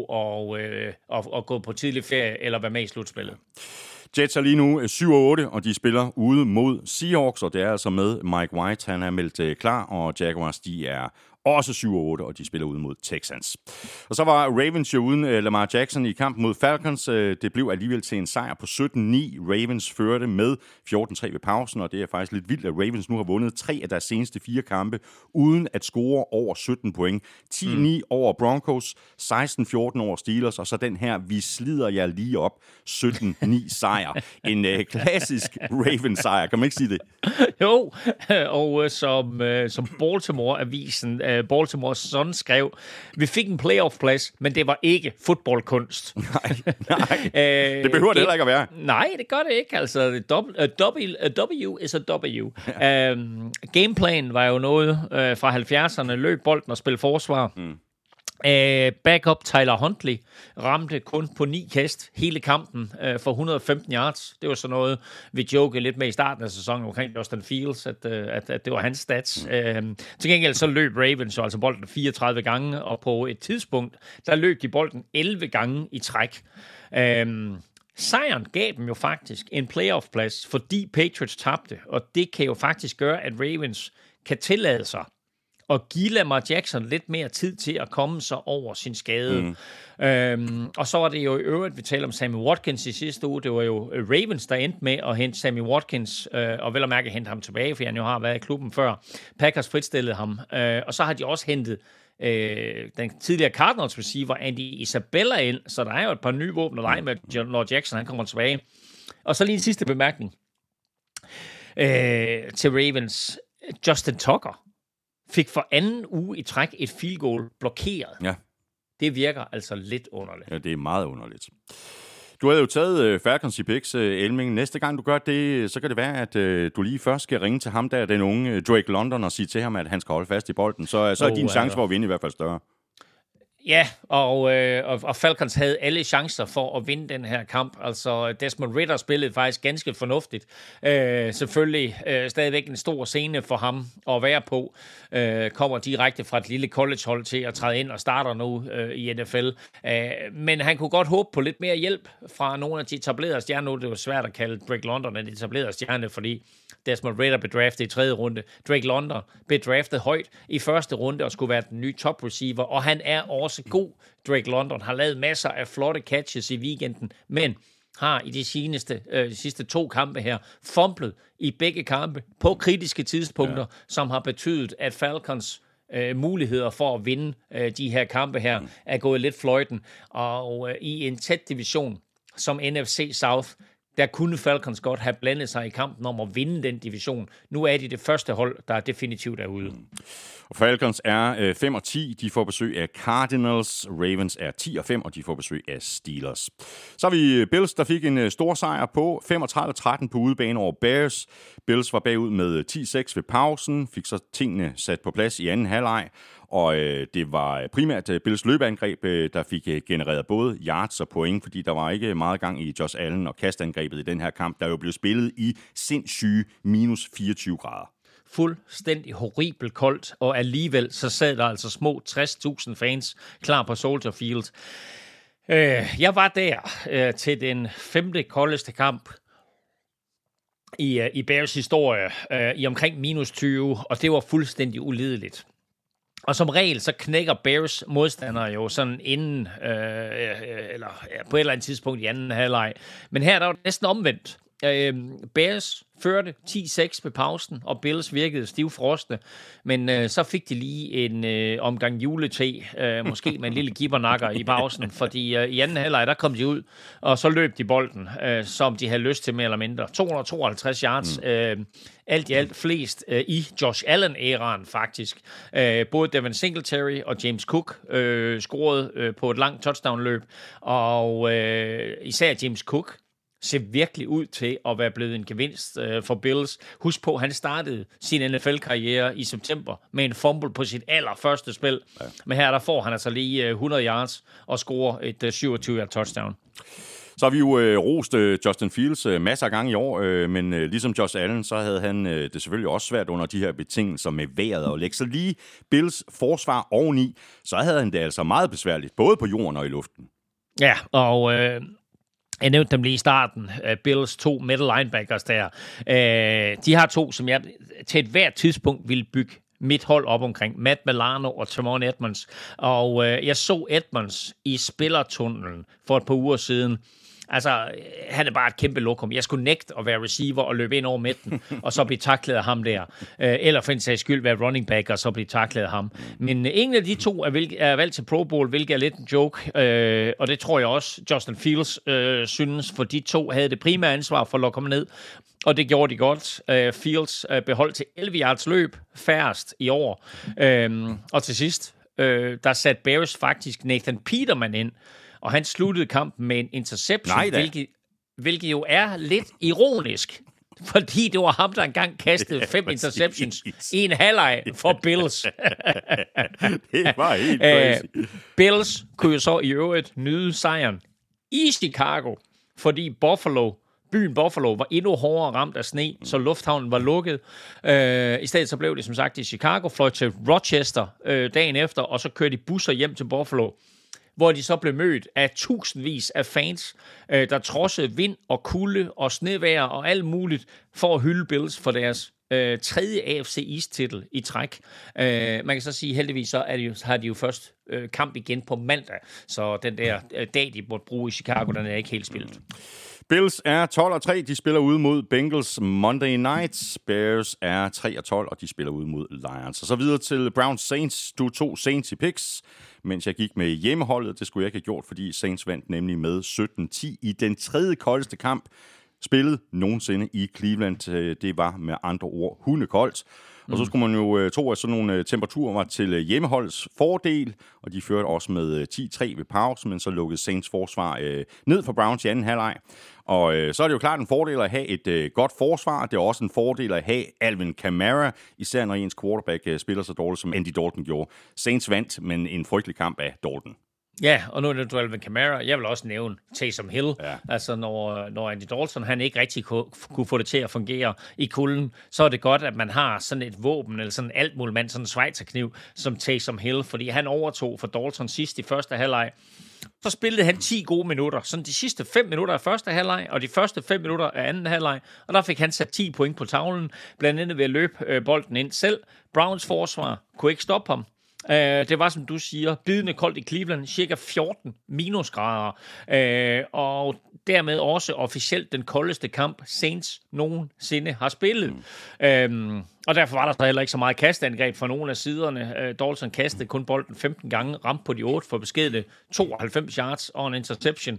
at gå på tidlig ferie, eller være med i slutspillet. Jets er lige nu 7-8, og de spiller ude mod Seahawks, og det er altså med Mike White. Han er meldt klar, og Jaguars, de er også 7-8, og de spiller ude mod Texans. Og så var Ravens jo uden Lamar Jackson i kampen mod Falcons. Det blev alligevel til en sejr på 17-9. Ravens førte med 14-3 ved pausen, og det er faktisk lidt vildt, at Ravens nu har vundet 3 af deres seneste 4 kampe, uden at score over 17 point. 10-9 over Broncos, 16-14 over Steelers, og så den her, vi slider jer lige op, 17-9 sejr. En klassisk Ravens-sejr, kan man ikke sige det? Jo, og som Baltimore-avisen Baltimore Sun skrev, vi fik en playoff-plads, men det var ikke fodboldkunst. Nej. Det behøver det heller ikke at være. Nej, det gør det ikke. Altså, W is a W. Gameplanen var jo noget fra 70'erne, løb bolden og spille forsvar. Backup Tyler Huntley ramte kun på 9 kast hele kampen for 115 yards. Det var sådan noget, vi jokede lidt med i starten af sæsonen omkring Justin Fields, at det var hans stats. Til gengæld så løb Ravens altså bolden 34 gange, og på et tidspunkt, der løb de bolden 11 gange i træk. Sejren gav dem jo faktisk en playoff-plads, fordi Patriots tabte, og det kan jo faktisk gøre, at Ravens kan tillade sig og give Lamar Jackson lidt mere tid til at komme sig over sin skade. Og så var det jo i øvrigt, vi talte om Sammy Watkins i sidste uge, det var jo Ravens, der endte med at hente Sammy Watkins, og vel at mærke hente ham tilbage, for han jo har været i klubben før. Packers fritstillede ham, og så har de også hentet den tidligere Cardinals receiver Andy Isabella ind, så der er jo et par nye våben at lege med, når Jackson han kommer tilbage. Og så lige en sidste bemærkning til Ravens. Justin Tucker fik for anden uge i træk et field goal blokeret. Ja. Det virker altså lidt underligt. Ja, det er meget underligt. Du havde jo taget Falcons i picks, Elming. Næste gang du gør det, så kan det være, at du lige først skal ringe til ham der, den unge Drake London, og sige til ham, at han skal holde fast i bolden. Så er din chance for at vinde i hvert fald større. Ja, og Falcons havde alle chancer for at vinde den her kamp. Altså, Desmond Ridder spillede faktisk ganske fornuftigt. Selvfølgelig stadigvæk en stor scene for ham at være på. Kommer direkte fra et lille collegehold til at træde ind og starter nu i NFL. Men han kunne godt håbe på lidt mere hjælp fra nogle af de etablerede stjerner. Nu er det jo svært at kalde Drake London en etableret stjerne, fordi Desmond Ridder blev draftet i 3. runde. Drake London blev draftet højt i 1. runde og skulle være den nye top receiver, og han er også god. Drake London har lavet masser af flotte catches i weekenden, men har i de sidste 2 kampe her fumblet i begge kampe på kritiske tidspunkter, som har betydet, at Falcons muligheder for at vinde de her kampe her er gået lidt fløjten. Og i en tæt division som NFC South, der kunne Falcons godt have blandet sig i kampen om at vinde den division. Nu er de det første hold, der definitivt er ude. Og Falcons er 5-10. De får besøg af Cardinals. Ravens er 10-5, og de får besøg af Steelers. Så har vi Bills, der fik en stor sejr på 35-13 på udebane over Bears. Bills var bagud med 10-6 ved pausen, fik så tingene sat på plads i anden halvleg. Og det var primært Bills løbeangreb, der fik genereret både yards og point, fordi der var ikke meget gang i Josh Allen og kastangrebet i den her kamp, der jo blev spillet i sindssyge minus 24 grader. Fuldstændig horribelt koldt, og alligevel så sad der altså små 60.000 fans klar på Soldier Field. Jeg var der til den 5. koldeste kamp i Bears historie i omkring minus 20, og det var fuldstændig ulideligt. Og som regel, så knækker Bears modstandere jo sådan inden, på et eller andet tidspunkt i anden halvleg. Men her der var det næsten omvendt. Bears førte 10-6 ved pausen, og Bills virkede stivfrosne, men så fik de lige en omgang julete, måske med en lille gibbernakker i pausen, fordi i anden halvleg, der kom de ud, og så løb de bolden, som de havde lyst til mere eller mindre. 252 yards, alt i alt flest i Josh Allen-æraen faktisk. Både Devin Singletary og James Cook scorede på et langt touchdown-løb, og især James Cook ser virkelig ud til at være blevet en gevinst for Bills. Husk på, han startede sin NFL-karriere i september med en fumble på sit allerførste spil. Ja. Men her der får han altså lige 100 yards og scorer et 27-yard touchdown. Så har vi jo rost Justin Fields masser af gange i år, men ligesom Josh Allen, så havde han det selvfølgelig også svært under de her betingelser med vejret. Og lægge så lige Bills forsvar oveni, så havde han det altså meget besværligt, både på jorden og i luften. Ja, og jeg nævnte dem lige i starten. Bills 2 middle linebackers der. De har 2, som jeg til et hvert tidspunkt ville bygge mit hold op omkring. Matt Milano og Tremont Edmonds. Og jeg så Edmonds i spillertunnelen for et par uger siden. Altså, han er bare et kæmpe lokum. Jeg skulle nægte at være receiver og løbe ind over midten, og så blive taklet af ham der. Eller for en sags skyld være running back, og så blive taklet af ham. Men ingen af de 2 er valgt til Pro Bowl, hvilket er lidt en joke. Og det tror jeg også, Justin Fields synes, for de 2 havde det primære ansvar for at lokke ham ned. Og det gjorde de godt. Fields beholdt til 11 yards løb, færrest i år. Og til sidst, der satte Bears faktisk Nathan Peterman ind, og han sluttede kampen med en interception, hvilket jo er lidt ironisk, fordi det var ham, der engang kastede 5 interceptions i en halvleg for Bills. Det var helt crazy. Bills kunne jo så i øvrigt nyde sejren i Chicago, fordi byen Buffalo var endnu hårdere ramt af sne, så lufthavnen var lukket. I stedet så blev det som sagt i Chicago, fløj til Rochester dagen efter, og så kørte de busser hjem til Buffalo, hvor de så blev mødt af tusindvis af fans, der trodsede vind og kulde og snevejr og alt muligt for at hylde Bills for deres tredje AFC East-titel i træk. Man kan så sige, heldigvis så har de jo først kamp igen på mandag, så den der dag, de burde bruge i Chicago, den er ikke helt spillet. Bills er 12-3, de spiller ude mod Bengals Monday Night. Bears er 3-12, og de spiller ude mod Lions. Og så videre til Browns Saints. Du tog Saints i picks, mens jeg gik med hjemmeholdet. Det skulle jeg ikke have gjort, fordi Saints vandt nemlig med 17-10 i den tredje koldeste kamp spillet nogensinde i Cleveland. Det var med andre ord hundekoldt. Og så skulle man jo tro, at sådan nogle temperaturer var til hjemmeholdets fordel, og de førte også med 10-3 ved pause, men så lukkede Saints forsvar ned for Browns i anden halvleg. Og så er det jo klart en fordel at have et godt forsvar. Det er også en fordel at have Alvin Kamara, især når ens quarterback spiller så dårligt, som Andy Dalton gjorde. Saints vandt, men en frygtelig kamp af Dalton. Ja, og nu er det Alvin Kamara. Jeg vil også nævne Taysom Hill. Ja. Altså, når Andy Dalton han ikke rigtig kunne få det til at fungere i kulden, så er det godt, at man har sådan et våben, eller sådan en altmuligmand, sådan en schweizerkniv, som Taysom Hill, fordi han overtog for Dalton sidst i første halvleg. Så spillede han 10 gode minutter. Sådan de sidste 5 minutter af første halvleg, og de første 5 minutter af anden halvleg. Og der fik han sat 10 point på tavlen, blandt andet ved at løbe bolden ind selv. Browns forsvar kunne ikke stoppe ham. Det var, som du siger, bidende koldt i Cleveland, cirka 14 minusgrader, og dermed også officielt den koldeste kamp, Saints nogensinde har spillet. Og derfor var der heller ikke så meget kastangreb fra nogle af siderne. Dalton kastede kun bolden 15 gange, ramte på de 8 for beskedne 92 yards og en interception.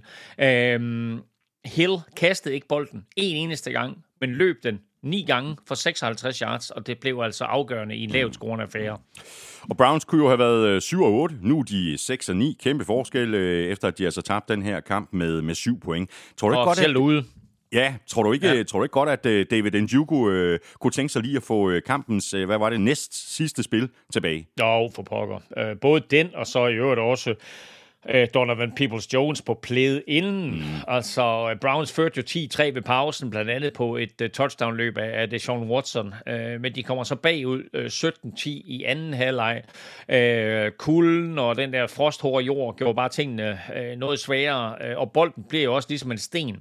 Hill kastede ikke bolden en eneste gang, men løb den 9 gange for 56 yards, og det blev altså afgørende i en lavt scorende affære. Og Browns kunne jo have været 7-8. Nu er de 6-9. Kæmpe forskel, efter at de altså tabte den her kamp med 7 point. Tror du ikke godt, selv ude. Ja, tror du ikke godt, at David Njoku kunne tænke sig lige at få kampens, hvad var det, næst sidste spil tilbage? Jo, for pokker. Både den, og så i øvrigt også Donovan Peoples-Jones på plæde inden. Altså, Browns førte jo 10-3 ved pausen, blandt andet på et touchdown-løb af Deshaun Watson. Men de kommer så bagud 17-10 i anden halvleg. Kulden og den der frosthårde jord gjorde bare tingene noget sværere, og bolden blev jo også ligesom en sten.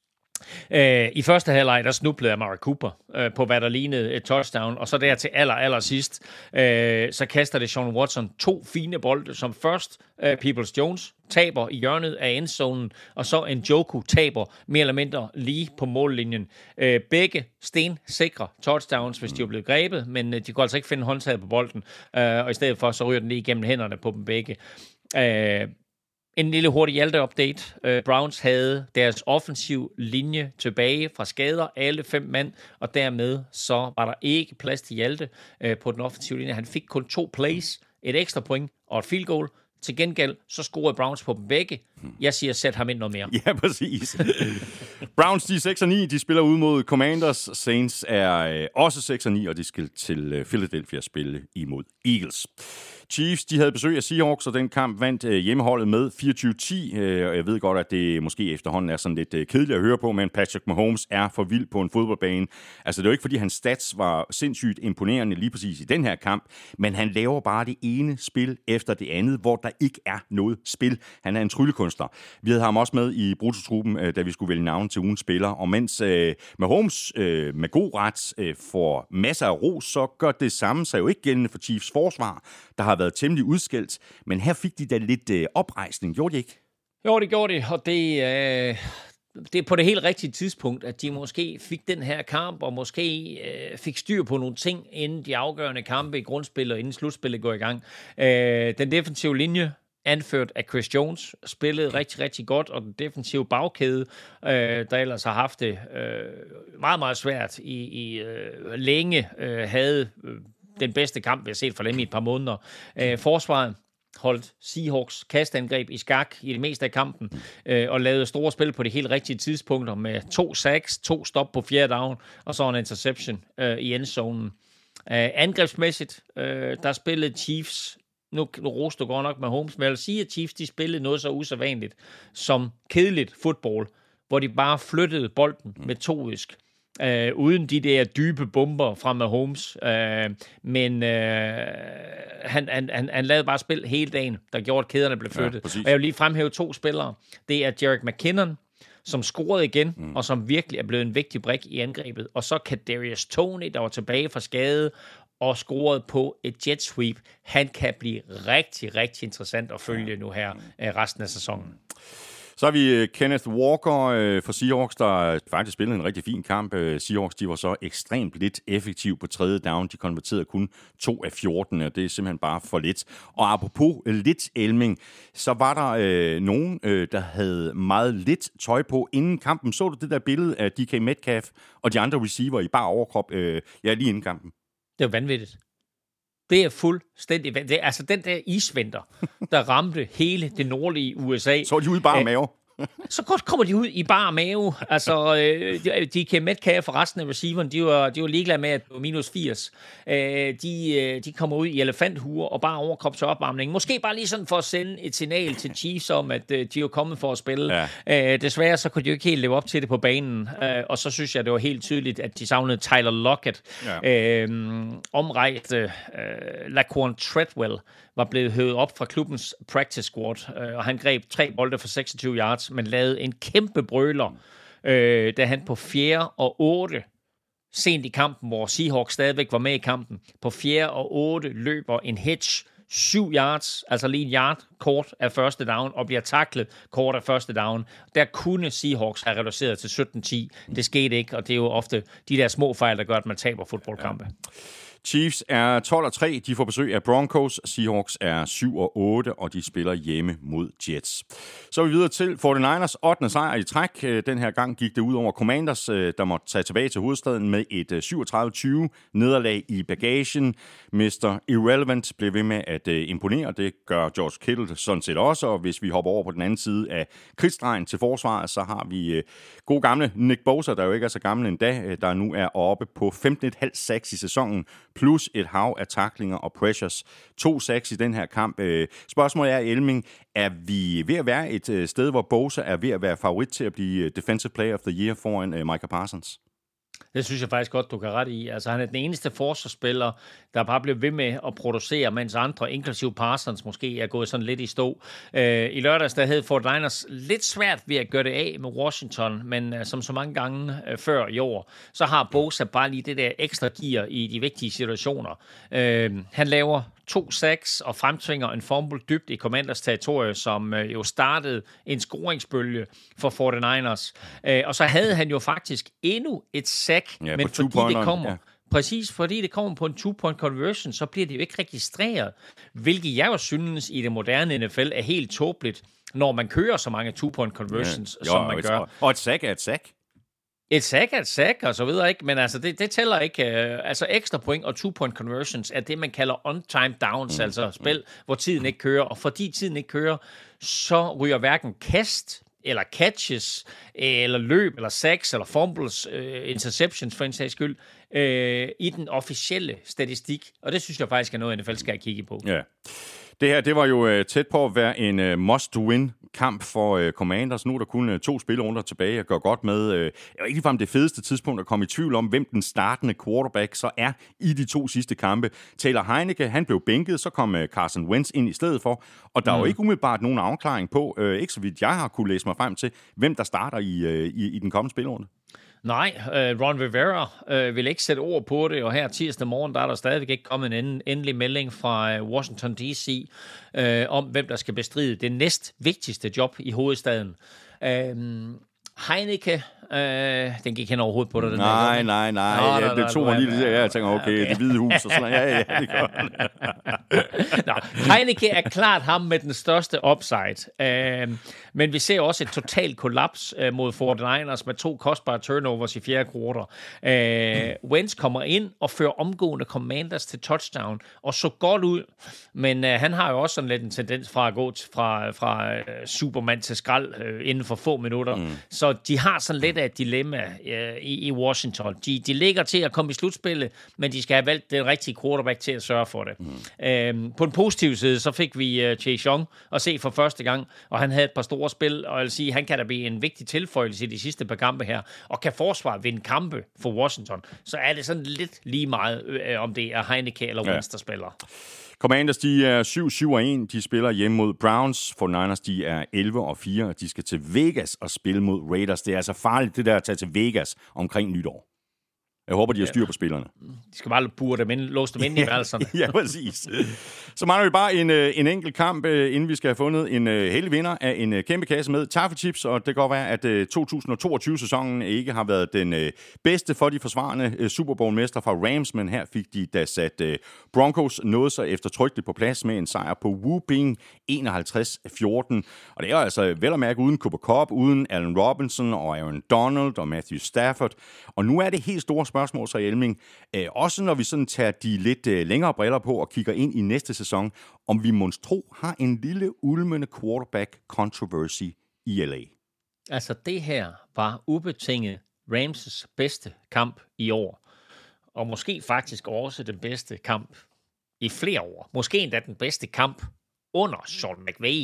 I første halvleg, der snublede Amari Cooper på, hvad der lignede et touchdown, og så der til aller sidst, så kaster det Deshaun Watson 2 fine bolde, som først Peoples-Jones taber i hjørnet af endzonen, og så Njoku taber mere eller mindre lige på mållinjen. Begge stensikre touchdowns, hvis de er blevet grebet, men de kunne altså ikke finde håndtaget på bolden, og i stedet for, så ryger den lige igennem hænderne på dem begge. En lille hurtig Hjalte-update. Browns havde deres offensiv linje tilbage fra skader, alle 5 mand, og dermed så var der ikke plads til Hjalte på den offensive linje. Han fik kun 2 plays, et ekstra point og et field goal. Til gengæld, så scorede Browns på dem begge. Jeg siger, sæt ham ind noget mere. Ja, præcis. Browns, de er 6-9. De spiller ud mod Commanders. Saints er også 6-9, og de skal til Philadelphia spille imod Eagles. Chiefs, de havde besøg af Seahawks, og den kamp vandt hjemmeholdet med 24-10. Og jeg ved godt, at det måske efterhånden er sådan lidt kedeligt at høre på, men Patrick Mahomes er for vild på en fodboldbane. Altså, det er jo ikke, fordi hans stats var sindssygt imponerende lige præcis i den her kamp, men han laver bare det ene spil efter det andet, hvor der ikke er noget spil. Han er en tryllekunstner. Vi havde ham også med i brutotruppen, da vi skulle vælge navn til ugens spiller, og mens Mahomes med god ret får masser af ros, så gør det samme sig jo ikke gældende for Chiefs forsvar, der har været temmelig udskældt, men her fik de da lidt oprejsning, gjorde de ikke? Jo, det gjorde de, og det er på det helt rigtige tidspunkt, at de måske fik den her kamp, og måske fik styr på nogle ting, inden de afgørende kampe i grundspillet, og inden slutspillet går i gang. Den defensive linje, anført af Chris Jones, spillede rigtig, rigtig godt, og den defensive bagkæde, der ellers har haft det meget, meget svært i længe, havde den bedste kamp, vi har set for dem i et par måneder. Forsvaret holdt Seahawks kastangreb i skak i det meste af kampen, og lavede store spil på de helt rigtige tidspunkter med 2 sacks, 2 stop på 4. down, og så en interception i endzonen. Angrebsmæssigt, der spillede Chiefs, nu roste du godt nok med Holmes, men jeg vil sige, at Chiefs de spillede noget så usædvanligt som kedeligt fodbold, hvor de bare flyttede bolden metodisk. Uden de der dybe bomber fra Mahomes. Men han lavede bare spil hele dagen, der gjorde, at kæderne blev flyttet. Ja, og jeg vil lige fremhæve 2 spillere. Det er Jerick McKinnon, som scorede igen, og som virkelig er blevet en vigtig brik i angrebet. Og så Kadarius Toney, der var tilbage fra skade, og scoret på et jet sweep. Han kan blive rigtig, rigtig interessant at følge nu her resten af sæsonen. Så har vi Kenneth Walker for Seahawks, der faktisk spillede en rigtig fin kamp. Seahawks, de var så ekstremt lidt effektiv på tredje down. De konverterede kun 2 af 14, og det er simpelthen bare for lidt. Og apropos lidt Elming, så var der nogen, der havde meget lidt tøj på inden kampen. Så du det der billede af DK Metcalf og de andre receiver i bar overkrop lige inden kampen? Det er jo vanvittigt. Det er fuldstændig vanvittigt. Altså den der isvinter, der ramte hele det nordlige USA. Så er de ude bare mave. Så godt kommer de ud i bar mave. Altså, DK Metcalf og resten af receiveren, de var ligeglade med, at det var minus 80. De kommer ud i elefanthuer og bare overkrop til opvarmning. Måske bare lige sådan for at sende et signal til Chiefs om, at de er kommet for at spille. Ja. Desværre så kunne de jo ikke helt leve op til det på banen. Og så synes jeg, det var helt tydeligt, at de savnede Tyler Lockett. Ja. Omrejste Laquan Treadwell var blevet høvet op fra klubbens practice squad, og han greb 3 bolde for 26 yards, men lavede en kæmpe brøler, da han på 4. og 8 sent i kampen, hvor Seahawks stadigvæk var med i kampen, på 4. og 8 løber en hedge 7 yards, altså lige en yard kort af første down, og bliver taklet kort af første down. Der kunne Seahawks have reduceret til 17-10. Det skete ikke, og det er jo ofte de der små fejl, der gør, at man taber fodboldkampe. Ja. Chiefs er 12-3, de får besøg af Broncos. Seahawks er 7-8, og de spiller hjemme mod Jets. Så er vi videre til 49ers 8. sejr i træk. Den her gang gik det ud over Commanders, der måtte tage tilbage til hovedstaden med et 37-20 nederlag i bagagen. Mr. Irrelevant blev ved med at imponere. Det gør George Kittle sådan set også, og hvis vi hopper over på den anden side af kridtstregen til forsvaret, så har vi god gamle Nick Bosa, der jo ikke er så gammel endda, der nu er oppe på 15,5 sacks i sæsonen, plus et hav af tacklinger og pressures. 2 sacks i den her kamp. Spørgsmålet er, Elming, er vi ved at være et sted, hvor Bosa er ved at være favorit til at blive Defensive Player of the Year foran Micah Parsons? Det synes jeg faktisk godt, du kan ret i. Altså, han er den eneste forsvarsspiller, der bare bliver ved med at producere, mens andre, inklusive Parsons, måske er gået sådan lidt i stå. I lørdags, der havde 49ers lidt svært ved at gøre det af med Washington, men som så mange gange før i år, så har Bosa bare lige det der ekstra gear i de vigtige situationer. Han laver 2 sacks og fremtvinger en fumble dybt i Commanders territorie, som jo startede en scoringsbølge for 49ers. Og så havde han jo faktisk endnu et sack, men fordi det kommer... Ja. Præcis, fordi det kommer på en 2-point conversion, så bliver det jo ikke registreret, hvilket jeg jo synes i det moderne NFL er helt tåbeligt, når man kører så mange 2-point conversions, som man gør. Og et sack er et sack. Et sack er et sack, og så videre ikke, men altså det tæller ikke. Altså ekstra point og 2-point conversions er det, man kalder on-time downs, altså spil, hvor tiden ikke kører. Og fordi tiden ikke kører, så ryger hverken kast, eller catches, eller løb, eller sacks, eller fumbles, interceptions for en sags skyld, i den officielle statistik. Og det synes jeg faktisk er noget, NFL skal kigge på. Ja. Det her, det var jo tæt på at være en must-win-kamp for Commanders. Nu er der kun 2 spillerunder tilbage og går godt med. Ikke ligefrem det fedeste tidspunkt at komme i tvivl om, hvem den startende quarterback så er i de 2 sidste kampe. Taylor Heinicke, han blev bænket, så kom Carson Wentz ind i stedet for. Og der er jo ikke umiddelbart nogen afklaring på, ikke så vidt jeg har kunne læse mig frem til, hvem der starter i den kommende spillerunde. Nej, Ron Rivera vil ikke sætte ord på det, og her tirsdag morgen, der er der stadigvæk ikke kommet en endelig melding fra Washington D.C. Om, hvem der skal bestride det næst vigtigste job i hovedstaden. Heinicke, den gik hen over hovedet på dig. Nej. Det tog mig lige det der. Jeg tænker, okay, Det Hvide Hus og sådan noget. Ja, det gør Heinicke er klart ham med den største upside. Men vi ser også et totalt kollaps mod 49ers med 2 kostbare turnovers i 4. kvartal. Wentz kommer ind og fører omgående Commanders til touchdown, og så godt ud. Men han har jo også sådan lidt en tendens fra at gå fra Superman til skrald inden for få minutter. Så de har sådan lidt af et dilemma i Washington. De ligger til at komme i slutspillet, men de skal have valgt den rigtige quarterback til at sørge for det. På den positive side, så fik vi Chase Young at se for første gang, og han havde et par store spil, og jeg vil sige, han kan da blive en vigtig tilføjelse i de sidste par kampe her, og kan forsvaret vinde kampe for Washington, så er det sådan lidt lige meget, om det er Heinicke eller Wentz, der spiller. Commanders, de er 7-7-1. De spiller hjemme mod Browns. 49ers, de er 11-4. De skal til Vegas og spille mod Raiders. Det er altså farligt, det der at tage til Vegas omkring nytår. Jeg håber, de har styr på spillerne. De skal bare låse dem ind i værelserne. Ja, præcis. Så mangler vi bare en enkelt kamp, inden vi skal have fundet en heldig vinder af en kæmpe kasse med taffelchips, og det kan godt være, at 2022-sæsonen ikke har været den bedste for de forsvarende Super Bowl-mestre fra Rams, men her fik de da sat Broncos noget så eftertrykkeligt på plads med en sejr på whooping 51-14. Og det er altså vel at mærke uden Cooper Kupp, uden Allen Robinson og Aaron Donald og Matthew Stafford. Og nu er det helt store spørgsmål, så Elming, også når vi sådan tager de lidt længere briller på og kigger ind i næste sæson, om vi monstro har en lille ulmende quarterback-controversy i LA. Altså, det her var ubetinget Rams' bedste kamp i år. Og måske faktisk også den bedste kamp i flere år. Måske endda den bedste kamp under Sean McVay.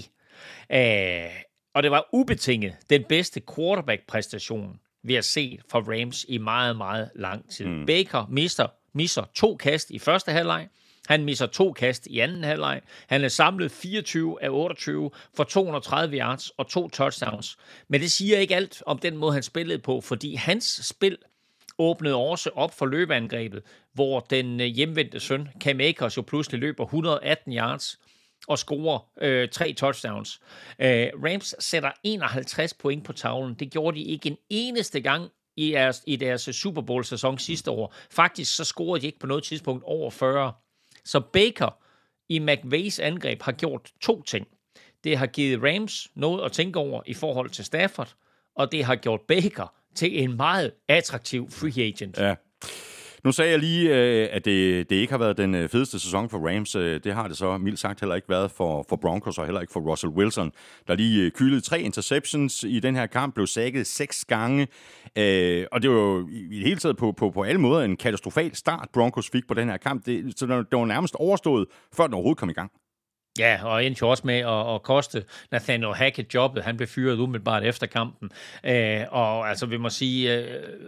Og det var ubetinget den bedste quarterback-præstation, vi har set fra Rams i meget, meget lang tid. Baker misser 2 kast i første halvleg. Han misser 2 kast i anden halvleg. Han er samlet 24 af 28 for 230 yards og 2 touchdowns. Men det siger ikke alt om den måde, han spillede på, fordi hans spil åbnede også op for løbeangrebet, hvor den hjemvendte søn, Cam Akers, jo pludselig løber 118 yards og scorer 3 touchdowns. Rams sætter 51 point på tavlen. Det gjorde de ikke en eneste gang i deres Super Bowl-sæson sidste år. Faktisk så scorede de ikke på noget tidspunkt over 40. Så Baker i McVays angreb har gjort 2 ting. Det har givet Rams noget at tænke over i forhold til Stafford, og det har gjort Baker til en meget attraktiv free agent. Ja. Nu sagde jeg lige, at det ikke har været den fedeste sæson for Rams. Det har det så mildt sagt heller ikke været for Broncos og heller ikke for Russell Wilson, der lige kylede 3 interceptions i den her kamp, blev sacket 6 gange. Og det var jo i det hele taget på alle måder en katastrofal start, Broncos fik på den her kamp. Så det var nærmest overstået, før den overhovedet kom i gang. Ja, og endte jo også med at koste Nathaniel Hackett jobbet. Han blev fyret umiddelbart efter kampen. Og altså, vi må sige,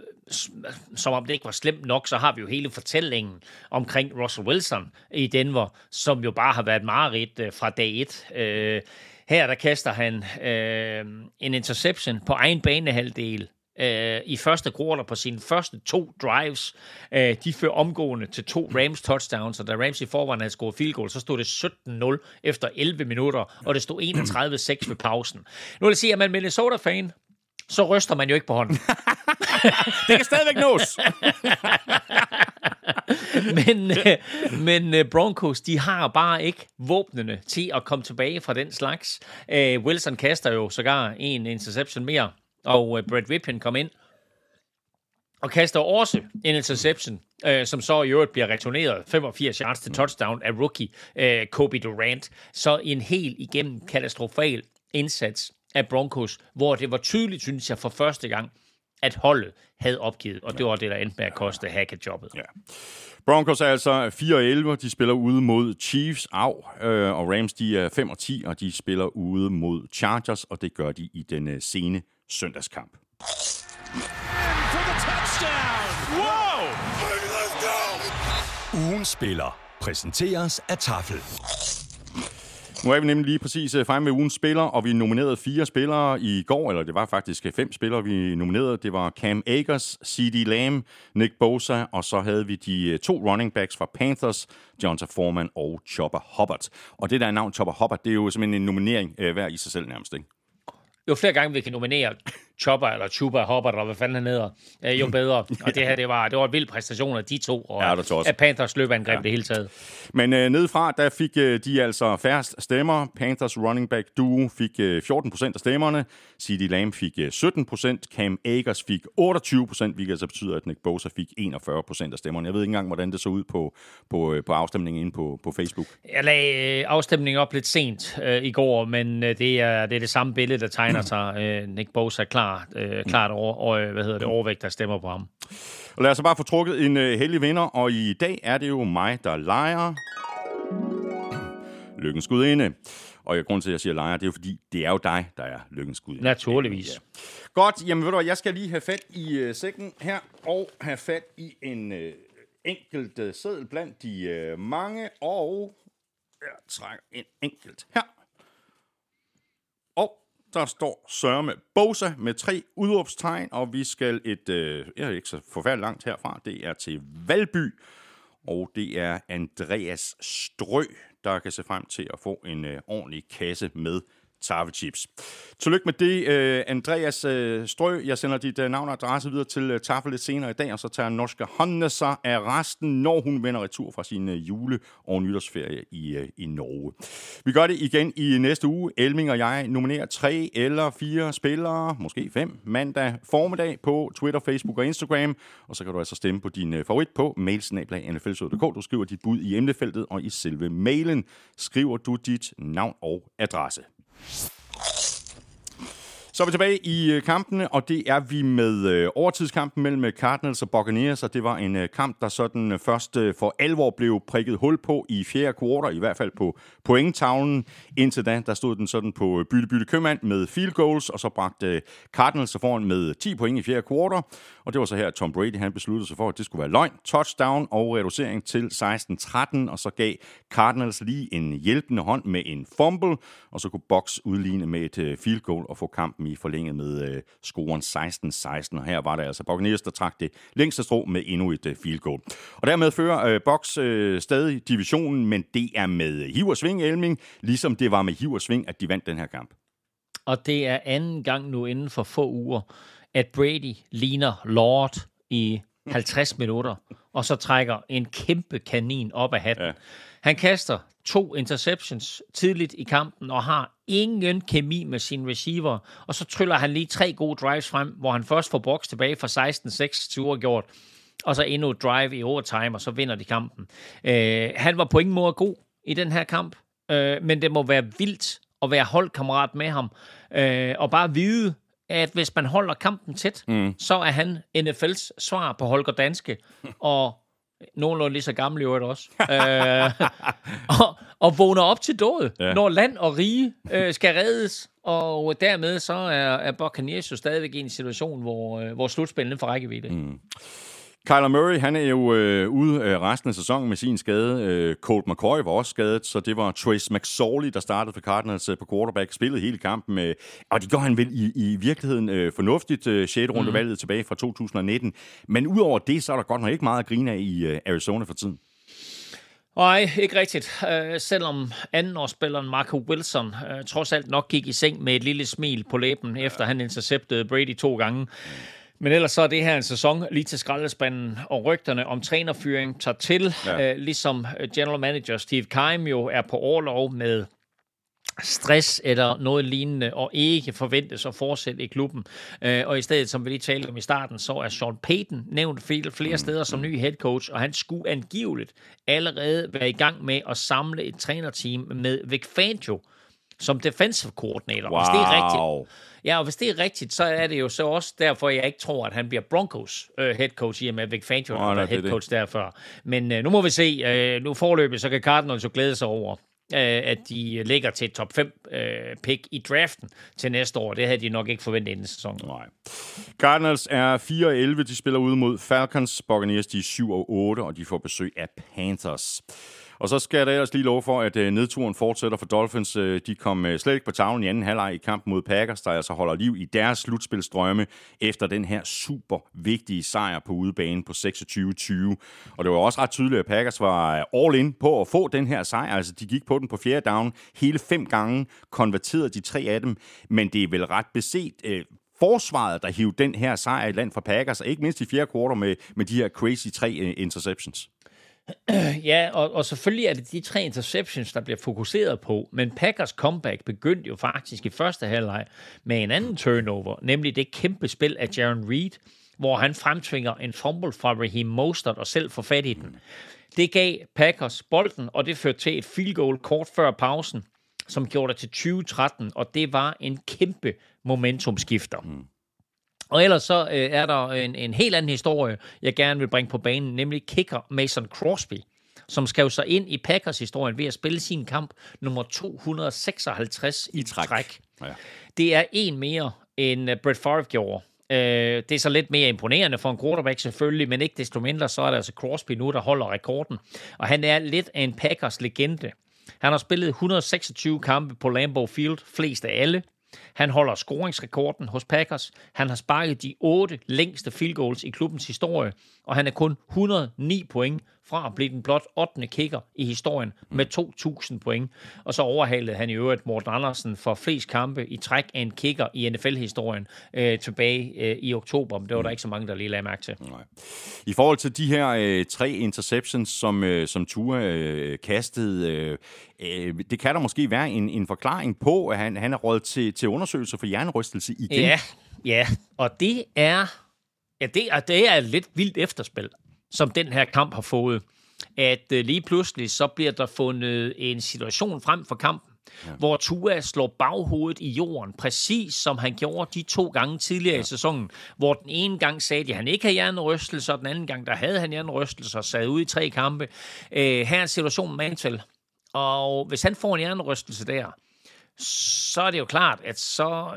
som om det ikke var slemt nok, så har vi jo hele fortællingen omkring Russell Wilson i Denver, som jo bare har været mareridt fra dag 1. Her der kaster han en interception på egen banehalvdel i første quarter på sine første 2 drives. De fører omgående til 2 Rams touchdowns, og da Rams i forvejen havde scoret field goal, så stod det 17-0 efter 11 minutter, og det stod 31-6 ved pausen. Nu vil jeg sige, at man Minnesota-fan, så ryster man jo ikke på hånden. Det kan stadigvæk nås. Men Broncos, de har bare ikke våbnene til at komme tilbage fra den slags. Wilson kaster jo sågar en interception mere, og Brett Rypien kom ind og kaster også en interception, som så i øvrigt bliver returneret 85 yards til touchdown af rookie Kobe Durant. Så en helt igennem katastrofal indsats af Broncos, hvor det var tydeligt, synes jeg, for første gang, at holdet havde opgivet, og det var det, der endte med at koste Hackett-jobbet. Ja. Broncos er altså 4-11, de spiller ude mod Chiefs, og Rams, de er 5-10, og de spiller ude mod Chargers, og det gør de i den sene søndagskamp. Ugens spiller præsenteres af Tafel. Nu er vi nemlig lige præcis fremme med ugens spiller, og vi nominerede 4 spillere i går, eller det var faktisk 5 spillere, vi nominerede. Det var Cam Akers, CeeDee Lamb, Nick Bosa, og så havde vi de 2 running backs fra Panthers, Jonathan Foreman og Chopper Hubbard. Og det der navn Chopper Hubbard, det er jo simpelthen en nominering hver i sig selv nærmest, ikke? Jo flere gange vi kan nominere Chopper eller Chuba Hubbard, eller hvad fanden han hedder, jo bedre. Og det her, det var en vild præstation af de 2, og af Panthers løbeangreb det hele taget. Men nedefra, der fik de altså færrest stemmer. Panthers running back duo fik 14% af stemmerne. CeeDee Lamb fik 17%. Cam Akers fik 28%, hvilket altså betyder, at Nick Bosa fik 41% af stemmerne. Jeg ved ikke engang, hvordan det så ud på afstemningen inde på Facebook. Jeg lagde afstemningen op lidt sent i går, men det er det samme billede, der tegner sig. Nick Bosa klart overvægt, der stemmer på ham. Og lad os bare få trukket en heldig vinder, og i dag er det jo mig, der leger. Lykkens gudinde. Og grunden til, at jeg siger leger, det er jo fordi, det er jo dig, der er lykkens gudinde. Naturligvis. Ja. Godt, jamen ved du hvad, jeg skal lige have fat i sækken her, og have fat i en enkelt seddel blandt de mange, og Jeg trækker en enkelt her. Og der står Sørme Bosa med 3 udråbstegn, og vi skal ikke så forfærdeligt langt herfra, det er til Valby, og det er Andreas Strø, der kan se frem til at få en ordentlig kasse med taffelchips. Tillykke med det, Andreas Strø. Jeg sender dit navn og adresse videre til Tafel lidt senere i dag, og så tager Norske Håndene sig af resten, når hun vender retur fra sin jule- og nytårsferie i Norge. Vi gør det igen i næste uge. Elming og jeg nominerer 3 eller 4 spillere, måske 5, mandag formiddag på Twitter, Facebook og Instagram, og så kan du altså stemme på din favorit på mailsnablag.nfl.dk. Du skriver dit bud i emnefeltet, og i selve mailen skriver du dit navn og adresse. Så er vi tilbage i kampene, og det er vi med overtidskampen mellem Cardinals og Buccaneers, og det var en kamp, der sådan først for alvor blev prikket hul på i fjerde kvartal, i hvert fald på pointtavlen. Indtil da, der stod den sådan på bytte købmand med field goals, og så bragte Cardinals sig foran med 10 point i fjerde kvartal, og det var så her, Tom Brady han besluttede sig for, at det skulle være løgn, touchdown og reducering til 16-13, og så gav Cardinals lige en hjælpende hånd med en fumble, og så kunne Bucs udligne med et field goal og få kampen i forlænget med scoren 16-16, og her var der altså Buccaneers, der trak det længste strå med endnu et field goal. Og dermed fører Bucs stadig divisionen, men det er med hiv og sving, Elming, ligesom det var med hiv og sving, at de vandt den her kamp. Og det er anden gang nu inden for få uger, at Brady ligner Lord i 50 minutter, og så trækker en kæmpe kanin op af hatten. Ja. Han kaster 2 interceptions tidligt i kampen, og har ingen kemi med sin receiver, og så tryller han lige 3 gode drives frem, hvor han først får Bucs tilbage fra 16-6 til uafgjort, og så endnu et drive i overtime, og så vinder de kampen. Han var på ingen måde god i den her kamp, men det må være vildt at være holdkammerat med ham, og bare vide, at hvis man holder kampen tæt, så er han NFL's svar på Holger Danske, og nogenlunde lige så gammel i øvrigt også, og vågner op til død, når land og rige skal reddes, og dermed så er Buccaneers jo stadigvæk i en situation, hvor slutspillene får rækkevidde. Kyler Murray, han er jo ude resten af sæsonen med sin skade. Colt McCoy var også skadet, så det var Trace McSorley, der startede for Cardinals på quarterback, spillede hele kampen. Og det gør han vel i virkeligheden fornuftigt, 6. rundevalget tilbage fra 2019. Men udover det, så er der godt nok ikke meget at grine af i Arizona for tiden. Nej, ikke rigtigt. Selvom andenårsspilleren Marco Wilson trods alt nok gik i seng med et lille smil på læben, efter han interceptede Brady 2 gange. Men ellers så er det her en sæson lige til skraldespanden, og rygterne om trænerfyring tager til, ligesom general manager Steve Keim jo er på orlov med stress eller noget lignende, og ikke forventes at fortsætte i klubben. Og i stedet, som vi lige talte om i starten, så er Sean Payton nævnt flere steder som ny head coach, og han skulle angiveligt allerede være i gang med at samle et trænerteam med Vic Fangio som defensive coordinator. Wow. Hvis det er rigtigt. Ja, og hvis det er rigtigt, så er det jo så også derfor, jeg ikke tror, at han bliver Broncos head coach, i og med Vic Fangio er head coach derfor. Men nu må vi se. Nu forløbet, så kan Cardinals jo glæde sig over, at de ligger til et top 5 pick i draften til næste år. Det havde de nok ikke forventet inden sæsonen. Nej. Cardinals er 4-11. De spiller ude mod Falcons. Buccaneers, de er 7-8, og de får besøg af Panthers. Og så skal jeg da ellers lige love for, at nedturen fortsætter for Dolphins. De kom slet ikke på tavlen i anden halvleg i kampen mod Packers, der altså holder liv i deres slutspilsdrømme efter den her super vigtige sejr på udebane på 26-20. Og det var også ret tydeligt, at Packers var all in på at få den her sejr. Altså, de gik på den på fjerde down hele 5 gange, konverterede de 3 af dem, men det er vel ret beset forsvaret, der hivede den her sejr i land fra Packers, og ikke mindst i fjerde kvartal med de her crazy 3 interceptions. Ja, og selvfølgelig er det de 3 interceptions, der bliver fokuseret på, men Packers comeback begyndte jo faktisk i første halvleg med en anden turnover, nemlig det kæmpe spil af Jaron Reed, hvor han fremtvinger en fumble fra Raheem Mostert og selv får fat i den. Det gav Packers bolden, og det førte til et field goal kort før pausen, som gjorde det til 2013, og det var en kæmpe momentumskifter. Og ellers så er der en helt anden historie, jeg gerne vil bringe på banen, nemlig kicker Mason Crosby, som skrev sig ind i Packers-historien ved at spille sin kamp nummer 256 i træk. Ja. Det er en mere, end Brett Favre gjorde. Det er så lidt mere imponerende for en quarterback selvfølgelig, men ikke desto mindre, så er det altså Crosby nu, der holder rekorden. Og han er lidt af en Packers-legende. Han har spillet 126 kampe på Lambeau Field, flest af alle. Han holder scoringsrekorden hos Packers. Han har sparket de 8 længste field goals i klubbens historie, og han er kun 109 point fra at blive den blot 8. kicker i historien med 2.000 point. Og så overhalede han i øvrigt Morten Andersen for flest kampe i træk af en kicker i NFL-historien tilbage i oktober. Men det var der ikke så mange, der lige lagde mærke til. Nej. I forhold til de her 3 interceptions, som Tua kastede, det kan der måske være en forklaring på, at han er råd til undersøgelser for hjernerystelse igen. Ja, og det er et lidt vildt efterspil, som den her kamp har fået. At lige pludselig så bliver der fundet en situation frem for kampen, hvor Tua slår baghovedet i jorden, præcis som han gjorde de 2 gange tidligere i sæsonen, hvor den ene gang sagde de, at han ikke havde hjernerystelse, og den anden gang, der havde han hjernerystelse og sad ude i 3 kampe. Her er en situation med Mantel, og hvis han får en hjernerystelse der, så er det jo klart, at så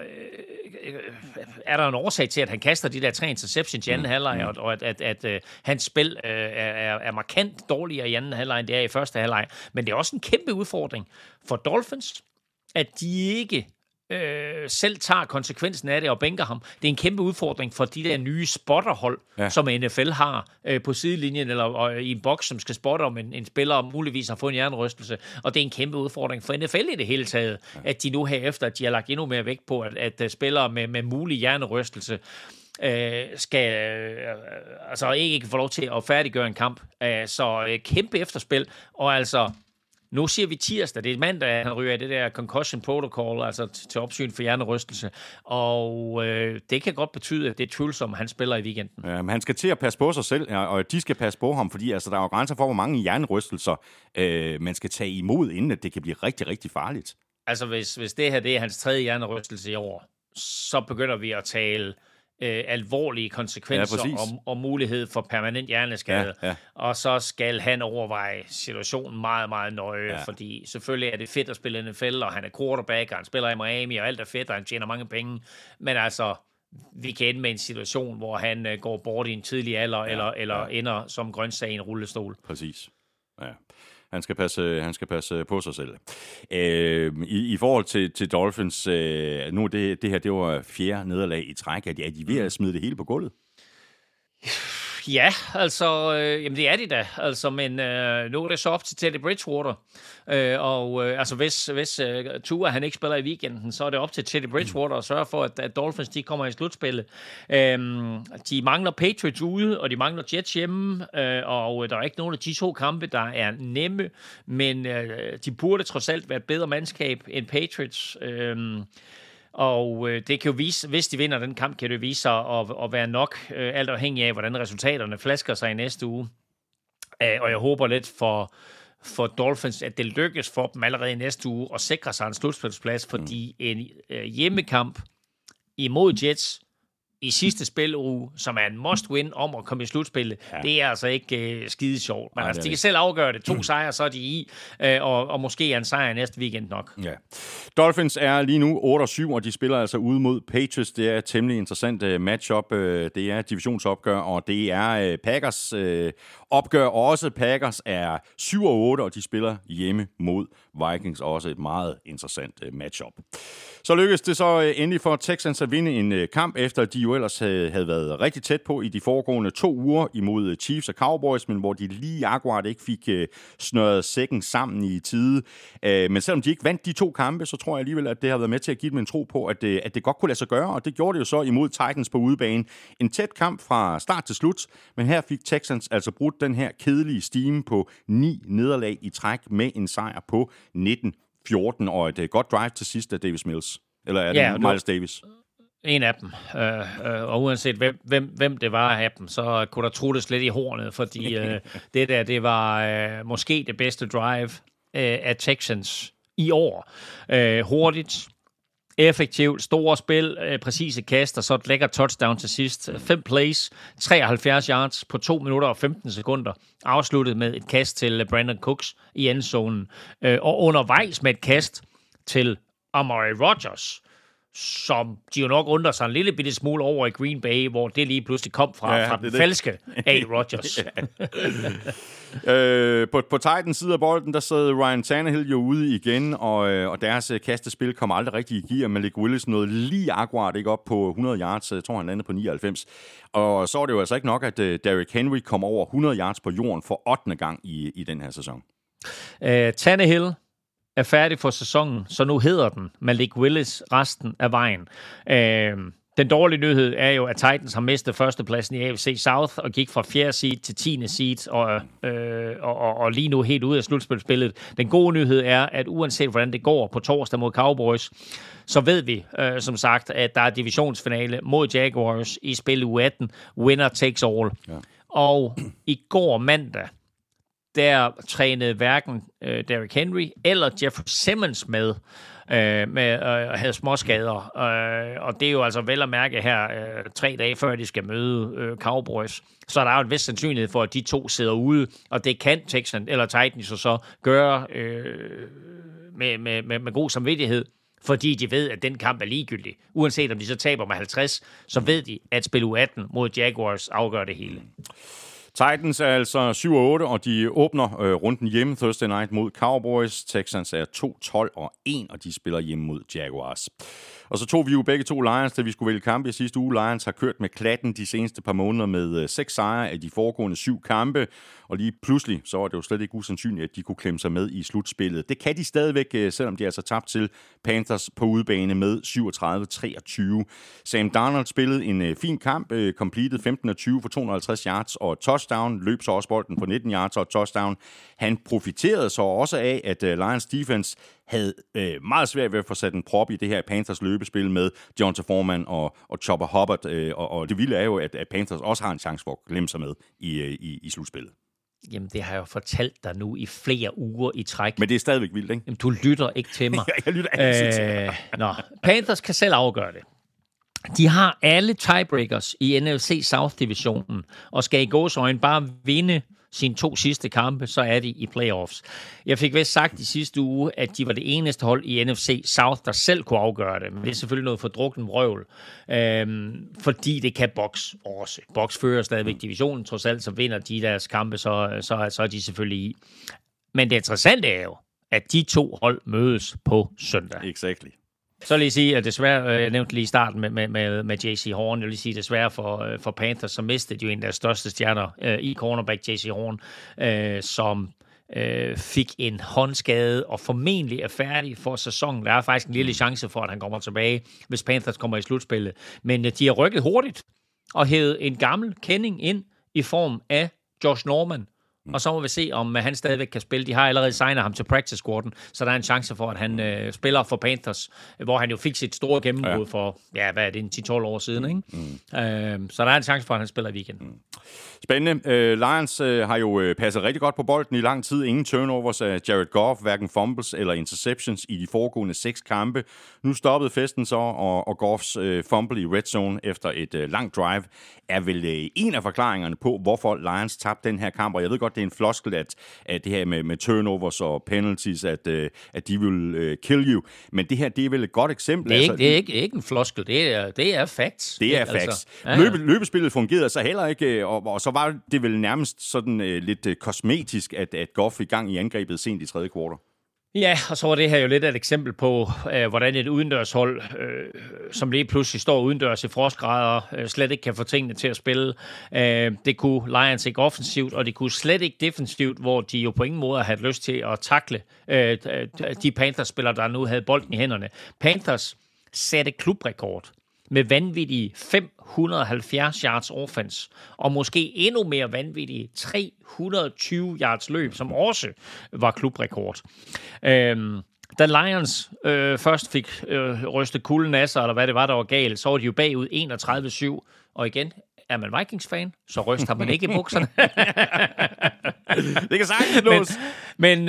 er der en årsag til, at han kaster de der 3 interceptions i anden halvleg, og at hans spil er markant dårligere i anden halvleg, end det er i første halvleg. Men det er også en kæmpe udfordring for Dolphins, at de ikke selv tager konsekvensen af det og bænker ham. Det er en kæmpe udfordring for de der nye spotterhold, som NFL har på sidelinjen eller i en boks, som skal spotte om en spiller muligvis har fået en hjernerystelse. Og det er en kæmpe udfordring for NFL i det hele taget, at de nu herefter, at de har lagt endnu mere vægt på, at spillere med mulig hjernerystelse skal altså ikke få lov til at færdiggøre en kamp. Så kæmpe efterspil, og altså nu siger vi tirsdag, det er mandag, han ryger i det der concussion protocol, altså til opsyn for hjernerystelse, og det kan godt betyde, at det er tvivlsomt, at han spiller i weekenden. Men han skal til at passe på sig selv, og de skal passe på ham, fordi altså, der er jo grænser for, hvor mange hjernerystelser man skal tage imod, inden at det kan blive rigtig, rigtig farligt. Altså hvis det her det er hans 3. hjernerystelse i år, så begynder vi at tale alvorlige konsekvenser og mulighed for permanent hjerneskade. Og så skal han overveje situationen meget, meget nøje, fordi selvfølgelig er det fedt at spille NFL, og han er quarterback, og han spiller i Miami, og alt er fedt, og han tjener mange penge. Men altså, vi kan ende med en situation, hvor han går bort i en tidlig alder, eller ender som grøntsag i en rullestol. Præcis. Ja. Han skal passe på sig selv. I forhold til Dolphins, nu det her, det var 4. nederlag i træk. Er de ved at smide det hele på gulvet? Ja, altså, jamen det er de da, altså, men nu er det så op til Teddy Bridgewater, altså hvis Tua han ikke spiller i weekenden, så er det op til Teddy Bridgewater at sørge for, at Dolphins de kommer i slutspillet. De mangler Patriots ude, og de mangler Jets hjemme, og der er ikke nogen af de 2 kampe, der er nemme, men de burde trods alt være et bedre mandskab end Patriots. Og det kan jo vise, hvis de vinder den kamp, kan det vise sig at være nok, alt afhængig af, hvordan resultaterne flasker sig i næste uge. Og jeg håber lidt for Dolphins, at det lykkes for dem allerede i næste uge at sikre sig en slutspilsplads, fordi en hjemmekamp imod Jets i sidste spiluge, som er en must-win om at komme i slutspillet, det er altså ikke skide sjovt. Men altså, de kan selv afgøre det. 2 sejre, så er de i, og måske er en sejr næste weekend nok. Ja. Dolphins er lige nu 8-7, og de spiller altså ude mod Patriots. Det er et temmelig interessant matchup. Det er divisionsopgør, og det er Packers opgør også. Packers er 7-8, og de spiller hjemme mod Vikings. Også et meget interessant matchup. Så lykkedes det så endelig for Texans at vinde en kamp, efter de jo ellers havde været rigtig tæt på i de foregående 2 uger imod Chiefs og Cowboys, men hvor de lige akkurat ikke fik snøret sækken sammen i tide. Men selvom de ikke vandt de 2 kampe, så tror jeg alligevel, at det har været med til at give dem en tro på, at det godt kunne lade sig gøre, og det gjorde det jo så imod Titans på udebane. En tæt kamp fra start til slut, men her fik Texans altså brudt den her kedelige stime på 9 nederlag i træk med en sejr på 19-14, og et godt drive til sidst af Davis Mills. Eller er det Miles Davis? En af dem. Og uanset hvem det var af dem, så kunne der truttes lidt i hornet, fordi det var måske det bedste drive af Texans i år. Hurtigt, effektivt, store spil, præcise kast, og så et lækkert touchdown til sidst. 5 plays, 73 yards på 2 minutter og 15 sekunder. Afsluttet med et kast til Brandon Cooks i endzonen. Og undervejs med et kast til Amari Rodgers, som de jo nok undrer sig en lille bitte smule over i Green Bay, hvor det lige pludselig kom fra den falske A. Rodgers. På Titans side af bolden, der sad Ryan Tannehill jo ude igen, og deres kastespil kom aldrig rigtig i gear. Malik Willis nåede lige akkurat ikke op på 100 yards. Jeg tror, han landede på 99. Og så var det jo altså ikke nok, at Derrick Henry kom over 100 yards på jorden for 8. gang i den her sæson. Tannehill er færdig for sæsonen, så nu hedder den Malik Willis resten af vejen. Den dårlige nyhed er jo, at Titans har mistet førstepladsen i AFC South og gik fra 4. seed til 10. seed og lige nu helt ude af slutspilsspillet. Den gode nyhed er, at uanset hvordan det går på torsdag mod Cowboys, så ved vi som sagt, at der er divisionsfinale mod Jaguars i spil uge 18. Winner takes all. Ja. Og i går mandag, der trænede hverken Derrick Henry eller Jeffrey Simmons med havde småskader. Og det er jo altså vel at mærke her 3 dage før de skal møde Cowboys. Så der er jo en vis sandsynlighed for, at de to sidder ude, og det kan Texans eller Titans så gøre med god samvittighed, fordi de ved, at den kamp er ligegyldig. Uanset om de så taber med 50, så ved de, at spil U18 mod Jaguars afgør det hele. Titans er altså 7-8, og de åbner runden hjemme Thursday night mod Cowboys. Texans er 2-12-1, og de spiller hjemme mod Jaguars. Og så tog vi jo begge to Lions, da vi skulle vælge kampe i sidste uge. Lions har kørt med klatten de seneste par måneder med 6 sejre af de foregående 7 kampe. Og lige pludselig, så var det jo slet ikke usandsynligt, at de kunne klemme sig med i slutspillet. Det kan de stadigvæk, selvom de altså tabt til Panthers på udebane med 37-23. Sam Darnold spillede en fin kamp, completed 15-20 for 250 yards og touchdown. Løb så også bolden på 19 yards og touchdown. Han profiterede så også af, at Lions defense havde meget svært ved at få sat en prop i det her Panthers løbespil med Jonta Foreman og Chopper Hubbard. Og det vilde er jo, at Panthers også har en chance for at glemme sig med i slutspillet. Jamen, det har jeg jo fortalt dig nu i flere uger i træk. Men det er stadigvæk vildt, ikke? Jamen, du lytter ikke til mig. Jeg lytter altid til dig. Panthers kan selv afgøre det. De har alle tiebreakers i NFC South-divisionen, og skal i gåseøjne bare vinde sine 2 sidste kampe, så er de i playoffs. Jeg fik vist sagt i sidste uge, at de var det eneste hold i NFC South, der selv kunne afgøre det. Men det er selvfølgelig noget fordrukken vrøvl, fordi det kan Bucs også. Bucs fører stadigvæk divisionen, trods alt så vinder de deres kampe, så er de selvfølgelig i. Men det interessante er jo, at de 2 hold mødes på søndag. Exactly. Så lige sige, at desværre, jeg nævnte lige i starten med J.C. Horn, jeg vil lige sige, desværre for Panthers, så mistede de jo en af deres største stjerner i cornerback, J.C. Horn, som fik en håndskade og formentlig er færdig for sæsonen. Der er faktisk en lille chance for, at han kommer tilbage, hvis Panthers kommer i slutspillet. Men de har rykket hurtigt og hævet en gammel kending ind i form af Josh Norman. Og så må vi se, om han stadigvæk kan spille. De har allerede signet ham til practice squaden, så der er en chance for, at han spiller for Panthers, hvor han jo fik sit store gennembrud for, hvad er det, 10-12 år siden, ikke? Så der er en chance for, at han spiller i weekenden. Spændende. Lions har jo passet rigtig godt på bolden i lang tid. Ingen turnovers af Jared Goff, hverken fumbles eller interceptions i de foregående 6 kampe. Nu stoppede festen så, og Goffs fumble i red zone efter et langt drive er vel en af forklaringerne på, hvorfor Lions tabte den her kamp. Og jeg ved godt, det er en floskel, at det her med turnovers og penalties, at de vil kill you. Men det her, det er vel et godt eksempel. Det er ikke en floskel, det er facts. Det er facts. Altså, løbespillet fungerede så heller ikke, og så var det vel nærmest sådan lidt kosmetisk, at Goff i gang i angrebet sent i 3. kvartal. Ja, og så var det her jo lidt et eksempel på, hvordan et udendørshold, som lige pludselig står udendørs i frostgrader, slet ikke kan få tingene til at spille. Det kunne Lions ikke offensivt, og det kunne slet ikke defensivt, hvor de jo på ingen måde havde lyst til at takle de Panthers-spillere, der nu havde bolden i hænderne. Panthers satte klubrekord med vanvittige 570 yards offense, og måske endnu mere vanvittige 320 yards løb, som også var klubrekord. Da Lions først fik rystet kulden af sig, eller hvad det var, der var galt, så var de jo bagud 31-7, og igen, er man Vikings-fan, så ryster man ikke i bukserne. Det kan sagtens nås. Men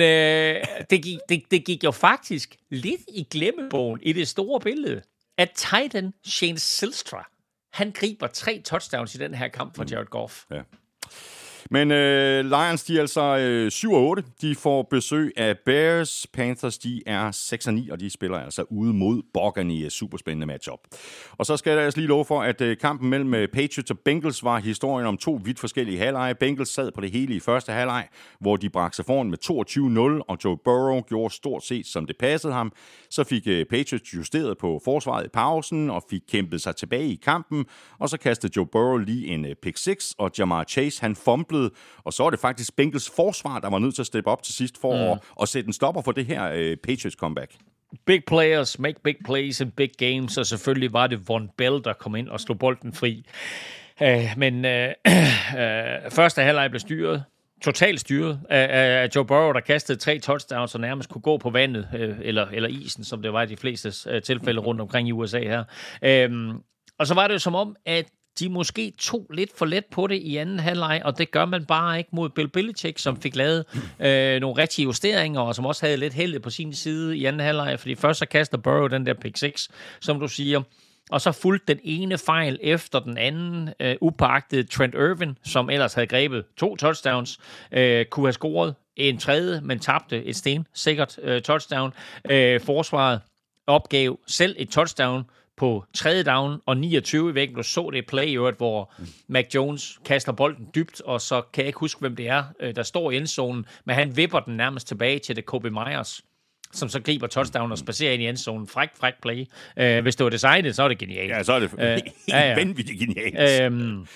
det gik jo faktisk lidt i glemmebogen i det store billede, at Titan Shane Silstra, han griber 3 touchdowns i den her kamp for Jared Goff. Ja. Men Lions, de er altså 7-8. De får besøg af Bears. Panthers, de er 6-9, og de spiller altså ude mod Buccaneers. Superspændende matchup. Og så skal jeg altså lige love for, at kampen mellem Patriots og Bengals var historien om 2 vidt forskellige halvleje. Bengals sad på det hele i første halvleg, hvor de bragte sig foran med 22-0, og Joe Burrow gjorde stort set, som det passede ham. Så fik Patriots justeret på forsvaret i pausen, og fik kæmpet sig tilbage i kampen, og så kastede Joe Burrow lige en pick 6, og Ja'Marr Chase, han fumblede, og så var det faktisk Bengals forsvar, der var nødt til at steppe op til sidst for at sætte en stopper for det her Patriots comeback. Big players make big plays in big games, og selvfølgelig var det Von Bell, der kom ind og slog bolden fri. Men første halvleg blev totalt styret af Joe Burrow, der kastede 3 touchdowns og nærmest kunne gå på vandet, eller isen, som det var i de fleste tilfælde rundt omkring i USA her. Og så var det jo som om, at de måske tog lidt for let på det i anden halvleg, og det gør man bare ikke mod Bill Belichick, som fik lavet nogle rigtige justeringer, og som også havde lidt held på sin side i anden halvleg, fordi først så kaster Burrow den der pick 6, som du siger, og så fulgte den ene fejl efter den anden, upåagtede Trent Irwin, som ellers havde grebet 2 touchdowns, kunne have scoret en tredje, men tabte et stensikkert touchdown. Forsvaret opgav selv et touchdown på 3. down og 29 i væggen. Du så det play i øvrigt, hvor Mac Jones kaster bolden dybt, og så kan jeg ikke huske, hvem det er, der står i endzonen, men han vipper den nærmest tilbage til det Kobe Myers, som så griber touchdown og spacerer ind i endzonen. Fræk play. Hvis det var designet, så er det genialt. Ja, så er det vanvittigt genialt.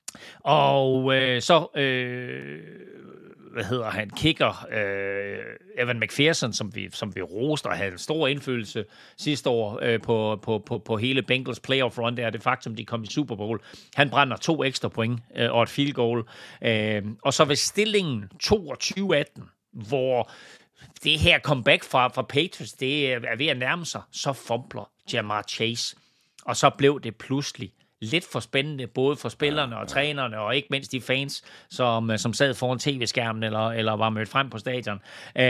Så kicker Evan McPherson, som vi roste og havde stor indflydelse sidste år på hele Bengals playoff run, der det faktum, de kom i Super Bowl. Han brænder 2 ekstra point og et field goal. Og så ved stillingen 22-18, hvor det her comeback fra Patriots, det er ved at nærme sig, så fumbler Ja'Marr Chase. Og så blev det pludselig lidt for spændende, både for spillerne og trænerne, og ikke mindst de fans, som sad foran tv-skærmen eller var mødt frem på stadion.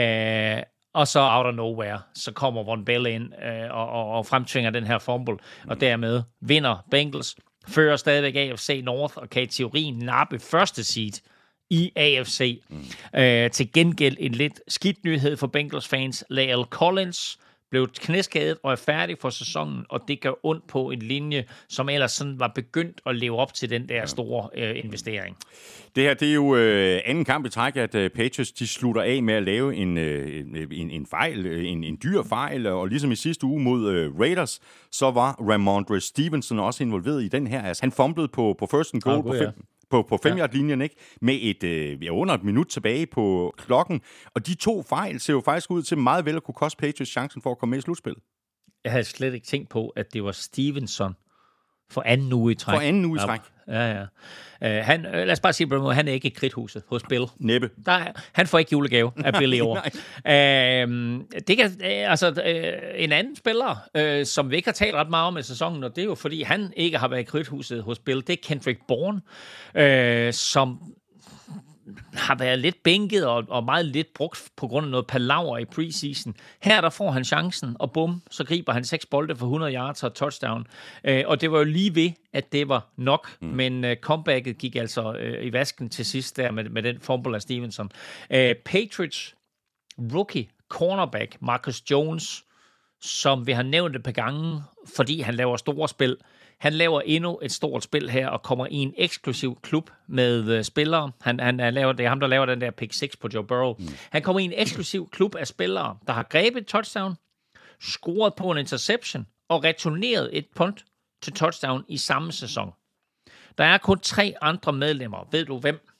Og så out of nowhere, så kommer Von Bell ind og fremtvinger den her fumble, og dermed vinder Bengals, fører stadigvæk AFC North, og kan i teorien nappe første seed i AFC. Til gengæld en lidt skidt nyhed for Bengals fans. La'el Collins blev knæskadet og er færdig for sæsonen, og det gør ondt på en linje, som ellers sådan var begyndt at leve op til den der store investering. Det her, det er jo anden kamp i træk, at Patriots de slutter af med at lave en fejl, en dyr fejl, og ligesom i sidste uge mod Raiders, så var Ramondre Stevenson også involveret i den her. Altså, han fumblede på first and goal på 5-yard-linjen, ikke? Med under et minut tilbage på klokken. Og de 2 fejl ser jo faktisk ud til meget vel at kunne koste Patriots chancen for at komme med i slutspillet. Jeg havde slet ikke tænkt på, at det var Stevenson for anden uge i træk. Ja. Lad os bare sige, at han er ikke i kridthuset hos Bill. Næppe. Han får ikke julegave af Bill i år. Det kan, en anden spiller, som vi ikke har talt ret meget om i sæsonen, og det er jo fordi, han ikke har været i kridthuset hos Bill, det er Kendrick Bourne, som har været lidt bænket og meget lidt brugt på grund af noget palaver i preseason. Her der får han chancen, og bum, så griber han 6 bolde for 100 yards og touchdown. Og det var jo lige ved, at det var nok, men comebacket gik altså i vasken til sidst der med den fumble af Stevenson. Patriots rookie cornerback Marcus Jones, som vi har nævnt et par gange, fordi han laver store spil. Han laver endnu et stort spil her og kommer i en eksklusiv klub med spillere. Det er ham, der laver den der pick 6 på Joe Burrow. Han kommer i en eksklusiv klub af spillere, der har grebet et touchdown, scoret på en interception og returneret et punt til touchdown i samme sæson. Der er kun 3 andre medlemmer. Ved du hvem?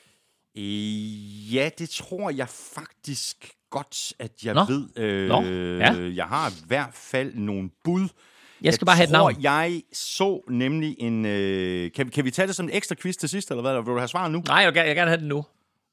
Ja, det tror jeg faktisk godt, at jeg ved. Ja. Jeg har i hvert fald nogle bud. Jeg skal bare have et navn. Jeg så nemlig en... Kan vi tage det som en ekstra quiz til sidst, eller hvad? Vil du have svaret nu? Nej, jeg vil gerne have det nu.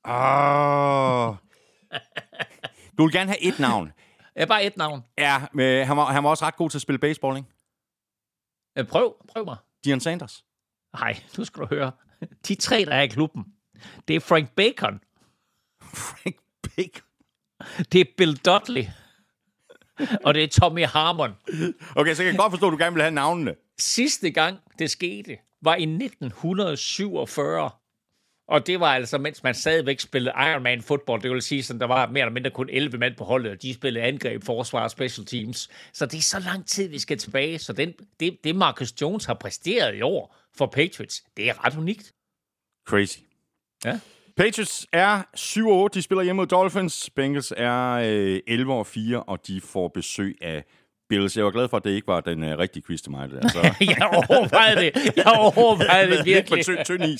Du vil gerne have et navn. Ja, bare et navn. Ja, men han var også ret god til at spille baseball, ikke? Prøv mig. Deion Sanders. Nej, nu skal du høre. De 3, der er i klubben, det er Frank Bacon. Frank Bacon? Det er Bill Dudley. Og det er Tommy Harmon. Okay, så kan jeg godt forstå, at du gerne vil have navnene. Sidste gang det skete, var i 1947, Og det var altså, mens man stadigvæk spillede Ironman fodbold. Det vil sige, at der var mere eller mindre kun 11 mand på holdet, og de spillede angreb, forsvar og special teams. Så det er så lang tid, vi skal tilbage. Så det Marcus Jones har præsteret i år for Patriots, det er ret unikt. Crazy. Ja. Patriots er 7-8, de spiller hjemme mod Dolphins. Bengals er 11-4, og de får besøg af Bills. Jeg var glad for, at det ikke var den rigtige quiz til mig. Det der, så. Jeg overvejede det virkelig. Lidt på tynd is.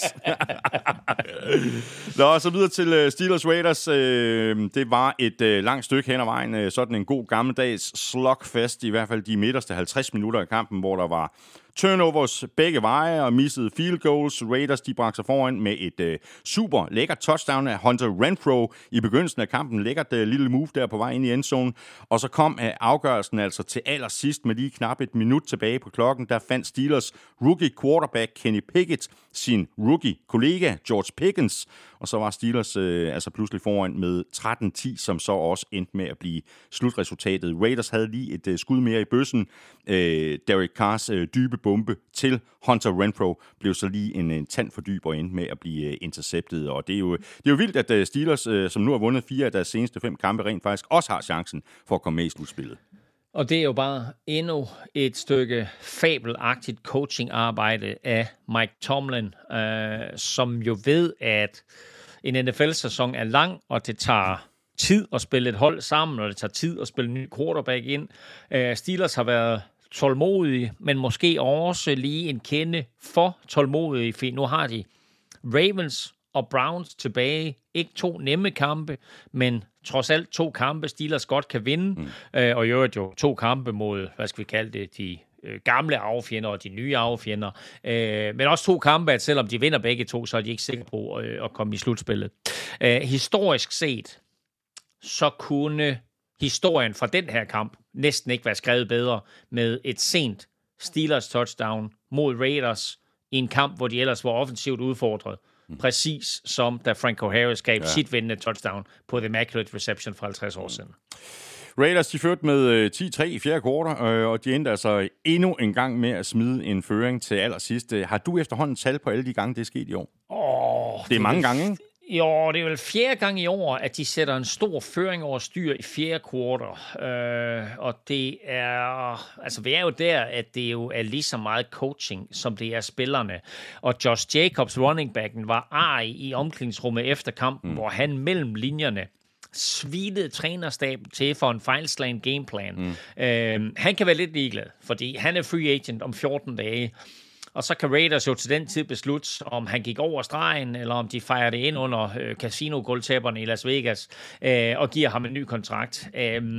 Nå, så videre til Steelers Raiders. Det var et langt stykke hen ad vejen. Sådan en god gammeldags slugfest, i hvert fald de midterste 50 minutter i kampen, hvor der var turnovers begge veje og missede field goals. Raiders, de bragte sig foran med et super lækkert touchdown af Hunter Renfrow i begyndelsen af kampen. Lækkert lille move der på vej ind i endzone. Og så kom afgørelsen altså til allersidst med lige knap et minut tilbage på klokken. Der fandt Steelers rookie quarterback Kenny Pickett sin rookie-kollega George Pickens. Og så var Steelers altså pludselig foran med 13-10, som så også endte med at blive slutresultatet. Raiders havde lige et skud mere i bøssen. Derek Carrs dybe bombe til Hunter Renfrow blev så lige en tand for dyb og endte med at blive interceptet. Og det er jo vildt, at Steelers, som nu har vundet 4 af deres seneste 5 kampe, rent faktisk også har chancen for at komme med i slutspillet. Og det er jo bare endnu et stykke fabelagtigt coachingarbejde af Mike Tomlin, som jo ved, at en NFL-sæson er lang, og det tager tid at spille et hold sammen, og det tager tid at spille en ny quarterback ind. Steelers har været tålmodige, men måske også lige en kende for tålmodige, for nu har de Ravens og Browns tilbage. Ikke 2 nemme kampe, men trods alt 2 kampe, Steelers godt kan vinde. Og i øvrigt jo 2 kampe mod, hvad skal vi kalde det, de gamle arvefjender og de nye arvefjender. Men også 2 kampe, at selvom de vinder begge 2, så er de ikke sikre på at komme i slutspillet. Historisk set, så kunne historien fra den her kamp næsten ikke være skrevet bedre med et sent Steelers touchdown mod Raiders i en kamp, hvor de ellers var offensivt udfordret. Præcis som da Franco Harris gav sit vindende touchdown på The Immaculate Reception for 50 år siden. Raiders, de førte med 10-3 i fjerde kvartal, og de endte altså endnu en gang med at smide en føring til allersidst. Har du efterhånden tal på alle de gange, det er sket i år? Det er mange gange, ikke? Jo, det er vel 4. gang i år, at de sætter en stor føring over styr i fjerde kvartal. Og det er... Altså, vi er jo der, at det jo er lige så meget coaching, som det er spillerne. Og Josh Jacobs, running backen, var arg i omklædningsrummet efter kampen, hvor han mellem linjerne svinede trænerstaben til for en fejlslagen gameplan. Han kan være lidt ligeglad, fordi han er free agent om 14 dage. Og så kan Raiders jo til den tid beslutte, om han gik over stregen, eller om de fejrer det ind under casino-guldtæpperne i Las Vegas, og giver ham en ny kontrakt.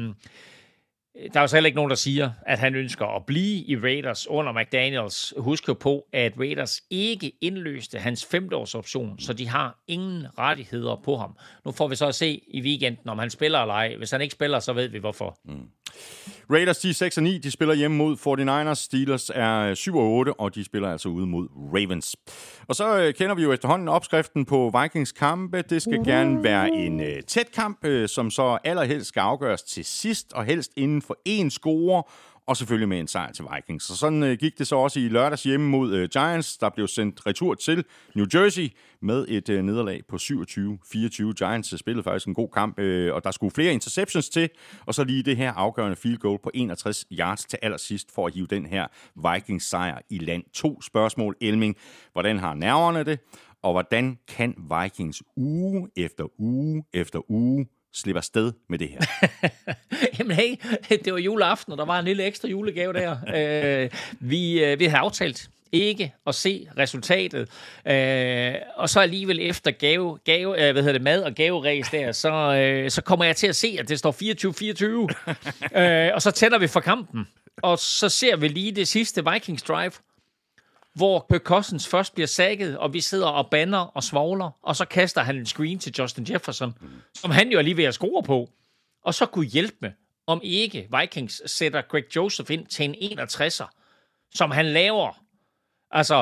Der er jo så heller ikke nogen, der siger, at han ønsker at blive i Raiders under McDaniels. Husk jo på, at Raiders ikke indløste hans 5-årsoption, så de har ingen rettigheder på ham. Nu får vi så at se i weekenden, om han spiller eller ej. Hvis han ikke spiller, så ved vi hvorfor. Raiders, de er 6-9, de spiller hjemme mod 49ers. Steelers er 7-8, og de spiller altså ude mod Ravens. Og så kender vi jo efterhånden opskriften på Vikings kampe. Det skal gerne være en tæt kamp, som så allerhelst skal afgøres til sidst, og helst inden for 1 score, og selvfølgelig med en sejr til Vikings. Så sådan gik det så også i lørdags hjemme mod Giants, der blev sendt retur til New Jersey med et nederlag på 27-24. Giants spillede faktisk en god kamp, og der skulle flere interceptions til, og så lige det her afgørende field goal på 61 yards til allersidst for at hive den her Vikings sejr i land. 2 spørgsmål, Elming. Hvordan har nerverne det, og hvordan kan Vikings uge efter uge slipper sted med det her? Jamen hey, det var juleaften, og der var en lille ekstra julegave der. Vi havde aftalt ikke at se resultatet, og så alligevel efter mad- og gaveræs der, så kommer jeg til at se, at det står 24-24, og så tænder vi for kampen, og så ser vi lige det sidste Vikings drive, hvor Kirk Cousins først bliver sacket, og vi sidder og banner og svogler, og så kaster han en screen til Justin Jefferson, som han jo er lige ved at score på. Og så kunne hjælpe med, om ikke Vikings sætter Greg Joseph ind til en 61'er, som han laver. Altså,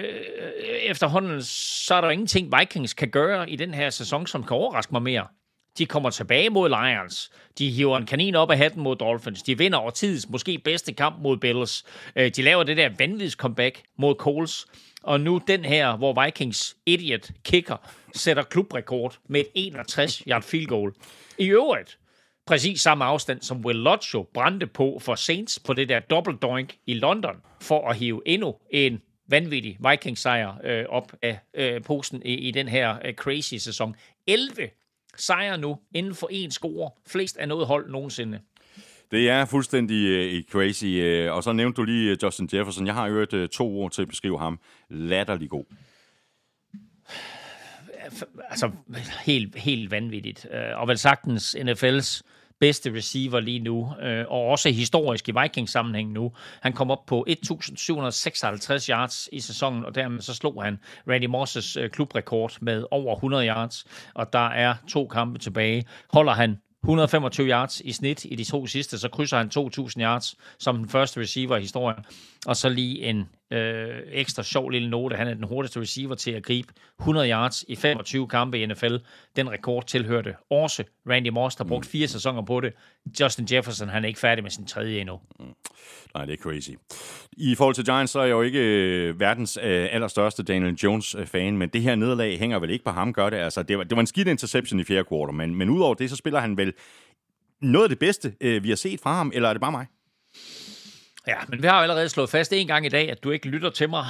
efterhånden, så er der ingenting, Vikings kan gøre i den her sæson, som kan overraske mig mere. De kommer tilbage mod Lions. De hiver en kanin op af hatten mod Dolphins. De vinder over tidens måske bedste kamp mod Bills. De laver det der vanvittige comeback mod Colts. Og nu den her, hvor Vikings idiot kicker sætter klubrekord med et 61-yard field goal. I øvrigt, præcis samme afstand som Will Lutz brændte på for Saints på det der double doink i London, for at hive endnu en vanvittig Vikings-sejr op af posten i den her crazy sæson. 11 sejre nu inden for én score. Flest af noget hold nogensinde. Det er fuldstændig crazy. Og så nævnte du lige Justin Jefferson. Jeg har hørt 2 ord til at beskrive ham. Latterlig god. Altså, helt vanvittigt. Og vel sagtens NFL's bedste receiver lige nu, og også historisk i Vikings-sammenhæng nu. Han kom op på 1.756 yards i sæsonen, og dermed så slog han Randy Moss' klubrekord med over 100 yards, og der er 2 kampe tilbage. Holder han 125 yards i snit i de 2 sidste, så krydser han 2.000 yards som den første receiver i historien. Og så lige en ekstra sjov lille note. Han er den hurtigste receiver til at gribe 100 yards i 25 kampe i NFL. Den rekord tilhørte også Randy Moss, der brugte 4 sæsoner på det. Justin Jefferson, han er ikke færdig med sin 3. endnu. Nej, det er crazy. I forhold til Giants, så er jeg jo ikke verdens allerstørste Daniel Jones-fan, men det her nederlag hænger vel ikke på ham, gør det. Altså, det var en skidt interception i 4. kvartal, men udover det, så spiller han vel noget af det bedste, vi har set fra ham, eller er det bare mig? Ja, men vi har jo allerede slået fast en gang i dag, at du ikke lytter til mig.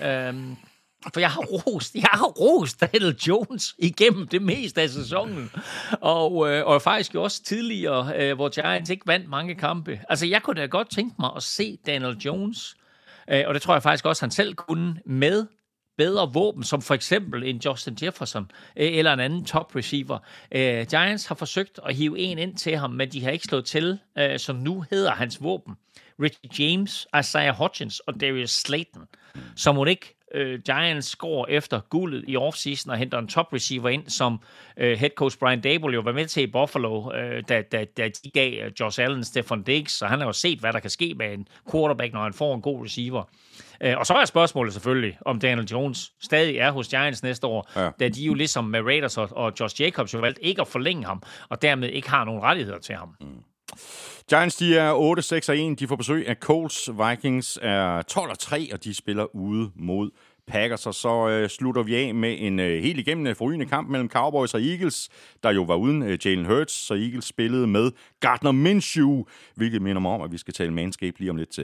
For jeg har rost Daniel Jones igennem det meste af sæsonen. Og faktisk jo også tidligere, hvor Giants ikke vandt mange kampe. Altså, jeg kunne da godt tænke mig at se Daniel Jones, og det tror jeg faktisk også, han selv kunne, med bedre våben, som for eksempel en Justin Jefferson eller en anden top receiver. Giants har forsøgt at hive en ind til ham, men de har ikke slået til, som nu hedder hans våben. Richie James, Isaiah Hodgins og Darius Slayton, som hun ikke Giants går efter guldet i offseason og henter en top receiver ind, som head coach Brian Daboll jo var med til i Buffalo, da de gav Josh Allen Stefon Diggs, så han har jo set, hvad der kan ske med en quarterback, når han får en god receiver. Og så er spørgsmålet selvfølgelig, om Daniel Jones stadig er hos Giants næste år, da de jo ligesom med Raiders og Josh Jacobs jo valgte ikke at forlænge ham, og dermed ikke har nogen rettigheder til ham. Giants, de er 8-6-1. De får besøg af Colts. Vikings er 12-3, og de spiller ude mod Packers. Og så slutter vi af med en helt igennem forrygende kamp mellem Cowboys og Eagles, der jo var uden Jalen Hurts, så Eagles spillede med Gardner Minshew, hvilket minder mig om, at vi skal tale Manscaped lige om lidt.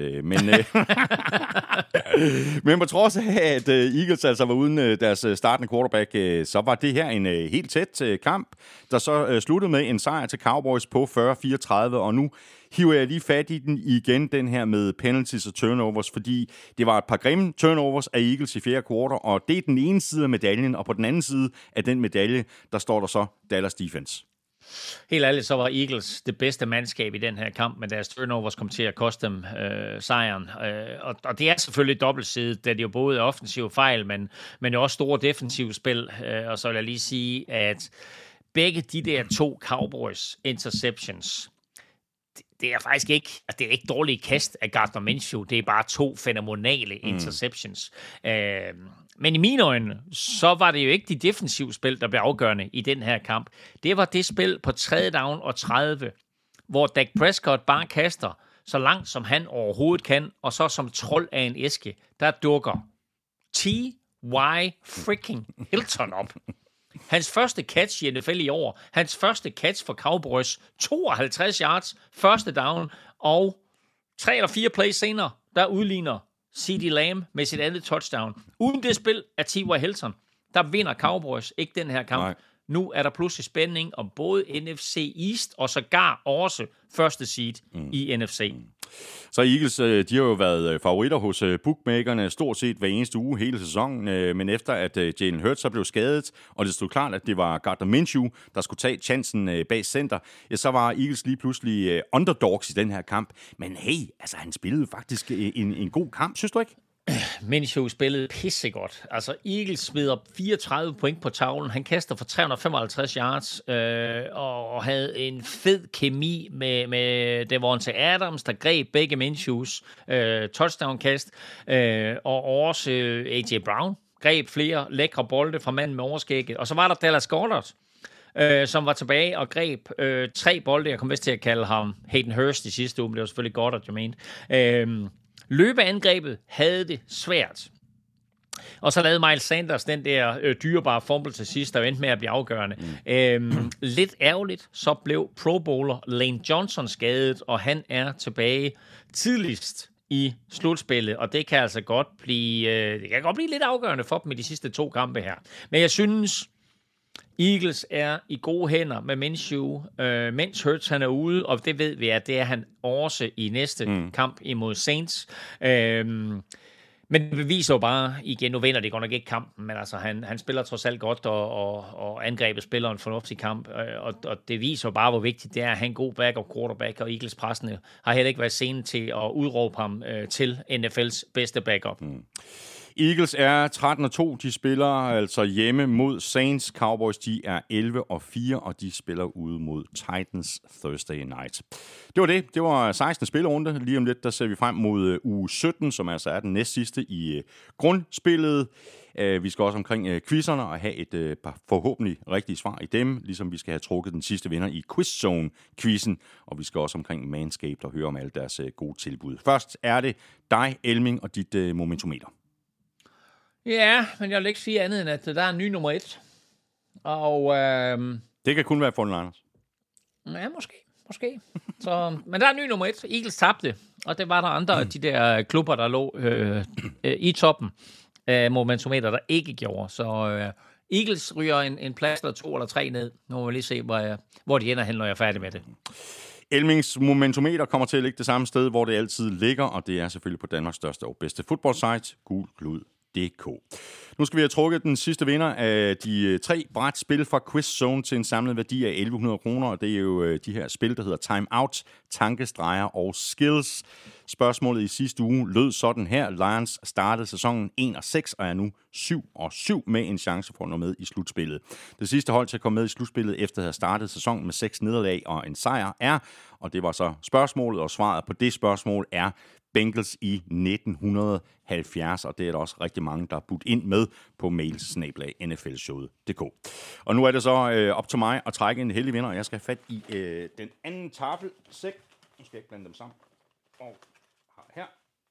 Men på trods af, at Eagles altså var uden deres startende quarterback, så var det her en helt tæt kamp, der så sluttede med en sejr til Cowboys på 40-34, og nu hiver jeg lige fat i den igen, den her med penalties og turnovers, fordi det var et par grimme turnovers af Eagles i 4. kvartal, og det er den ene side af medaljen, og på den anden side af den medalje, der står der så Dallas Defense. Helt ærligt, så var Eagles det bedste mandskab i den her kamp, men deres turnovers kom til at koste dem sejren. Og det er selvfølgelig dobbeltsidigt, da det jo både er offensive fejl, men jo også store defensive spil. Og så vil jeg lige sige, at begge de der 2 Cowboys interceptions, det er faktisk ikke, altså det er ikke dårlige kast af Gardner Minshew, det er bare 2 fænomenale interceptions. Men i mine øjne, så var det jo ikke de defensive spil, der blev afgørende i den her kamp. Det var det spil på 3. down og 30, hvor Dak Prescott bare kaster så langt, som han overhovedet kan, og så som trold af en æske, der dukker T.Y. freaking Hilton op. Hans første catch i NFL i år. Hans første catch for Cowboys. 52 yards, første down, og 3 eller 4 plays senere, der udligner CeeDee Lamb med sit andet touchdown. Uden det spil af T.Y. Hilton, der vinder Cowboys ikke den her kamp. Nej. Nu er der pludselig spænding om både NFC East og sågar også første seed i NFC. Så Eagles, de har jo været favoritter hos bookmakerne stort set hver eneste uge hele sæsonen, men efter at Jalen Hurts så blev skadet, og det stod klart, at det var Gardner Minshew, der skulle tage chancen bag center, ja, så var Eagles lige pludselig underdogs i den her kamp. Men hey, altså han spillede faktisk en god kamp, synes du ikke? Minshew spillede pissegodt. Altså, Eagles smider 34 point på tavlen. Han kaster for 355 yards, og havde en fed kemi med Devontae Adams, der greb begge Minshews touchdown-kast, og også A.J. Brown greb flere lækre bolde fra manden med overskægget. Og så var der Dallas Goedert, som var tilbage og greb 3 bolde. Jeg kom vist til at kalde ham Hayden Hurst i sidste uge, men det var selvfølgelig godt, at jeg mente. Løbeangrebet havde det svært. Og så lavede Miles Sanders den der dyrebare fumble til sidst, der endte med at blive afgørende. Lidt ærgerligt, så blev Pro Bowler Lane Johnson skadet, og han er tilbage tidligst i slutspillet, og det kan altså godt blive, lidt afgørende for dem i de sidste 2 kampe her. Men jeg synes, Eagles er i gode hænder med Minshew, mens Hurts han er ude, og det ved vi, at det er han også i næste kamp imod Saints. Men det beviser jo bare, igen, nu vinder de godt nok ikke kampen, men altså han spiller trods alt godt, og angrebet spiller en fornuftig kamp, og det viser jo bare, hvor vigtigt det er at have en god backup quarterback, og Eagles-pressene har heller ikke været sene til at udråbe ham til NFL's bedste backup. Eagles er 13-2. De spiller altså hjemme mod Saints. Cowboys, de er 11-4, og de spiller ude mod Titans Thursday night. Det var det. Det var 16. spillerunde. Lige om lidt, der ser vi frem mod uge 17, som altså er den næstsidste i grundspillet. Vi skal også omkring quizzerne og have et par forhåbentlig rigtige svar i dem, ligesom vi skal have trukket den sidste vinder i Quizzone-quizzen, og vi skal også omkring Manscaped og høre om alle deres gode tilbud. Først er det dig, Elming, og dit momentometer. Ja, men jeg vil ikke sige andet end, at der er en ny nummer 1. Og det kan kun være for Niners. Ja, måske. Så, men der er en ny nummer 1. Eagles tabte, og det var der andre af de der klubber, der lå i toppen af momentometer, der ikke gjorde. Så Eagles ryger en plads eller 2 eller 3 ned. Nu må vi lige se, hvor de ender hen, når jeg er færdig med det. Elmings momentometer kommer til at ligge det samme sted, hvor det altid ligger, og det er selvfølgelig på Danmarks største og bedste fodboldsite, gulklud.dk. Nu skal vi have trukket den sidste vinder af de 3 brætspil fra Quizzone til en samlet værdi af 1.100 kroner, og det er jo de her spil, der hedder Time Out, Tankestreger og Skills. Spørgsmålet i sidste uge lød sådan her. Lions startede sæsonen 1-6 og er nu 7-7 med en chance for at nå med i slutspillet. Det sidste hold til at komme med i slutspillet efter at have startet sæsonen med 6 nederlag og en sejr er, og det var så spørgsmålet, og svaret på det spørgsmål er Bengals i 1970, og det er der også rigtig mange, der er budt ind med på mails@nflshowet.dk. Og nu er det så op til mig at trække en heldig vinder, og jeg skal have fat i den anden tafelsæk. Nu skal jeg ikke blande dem sammen. Og har her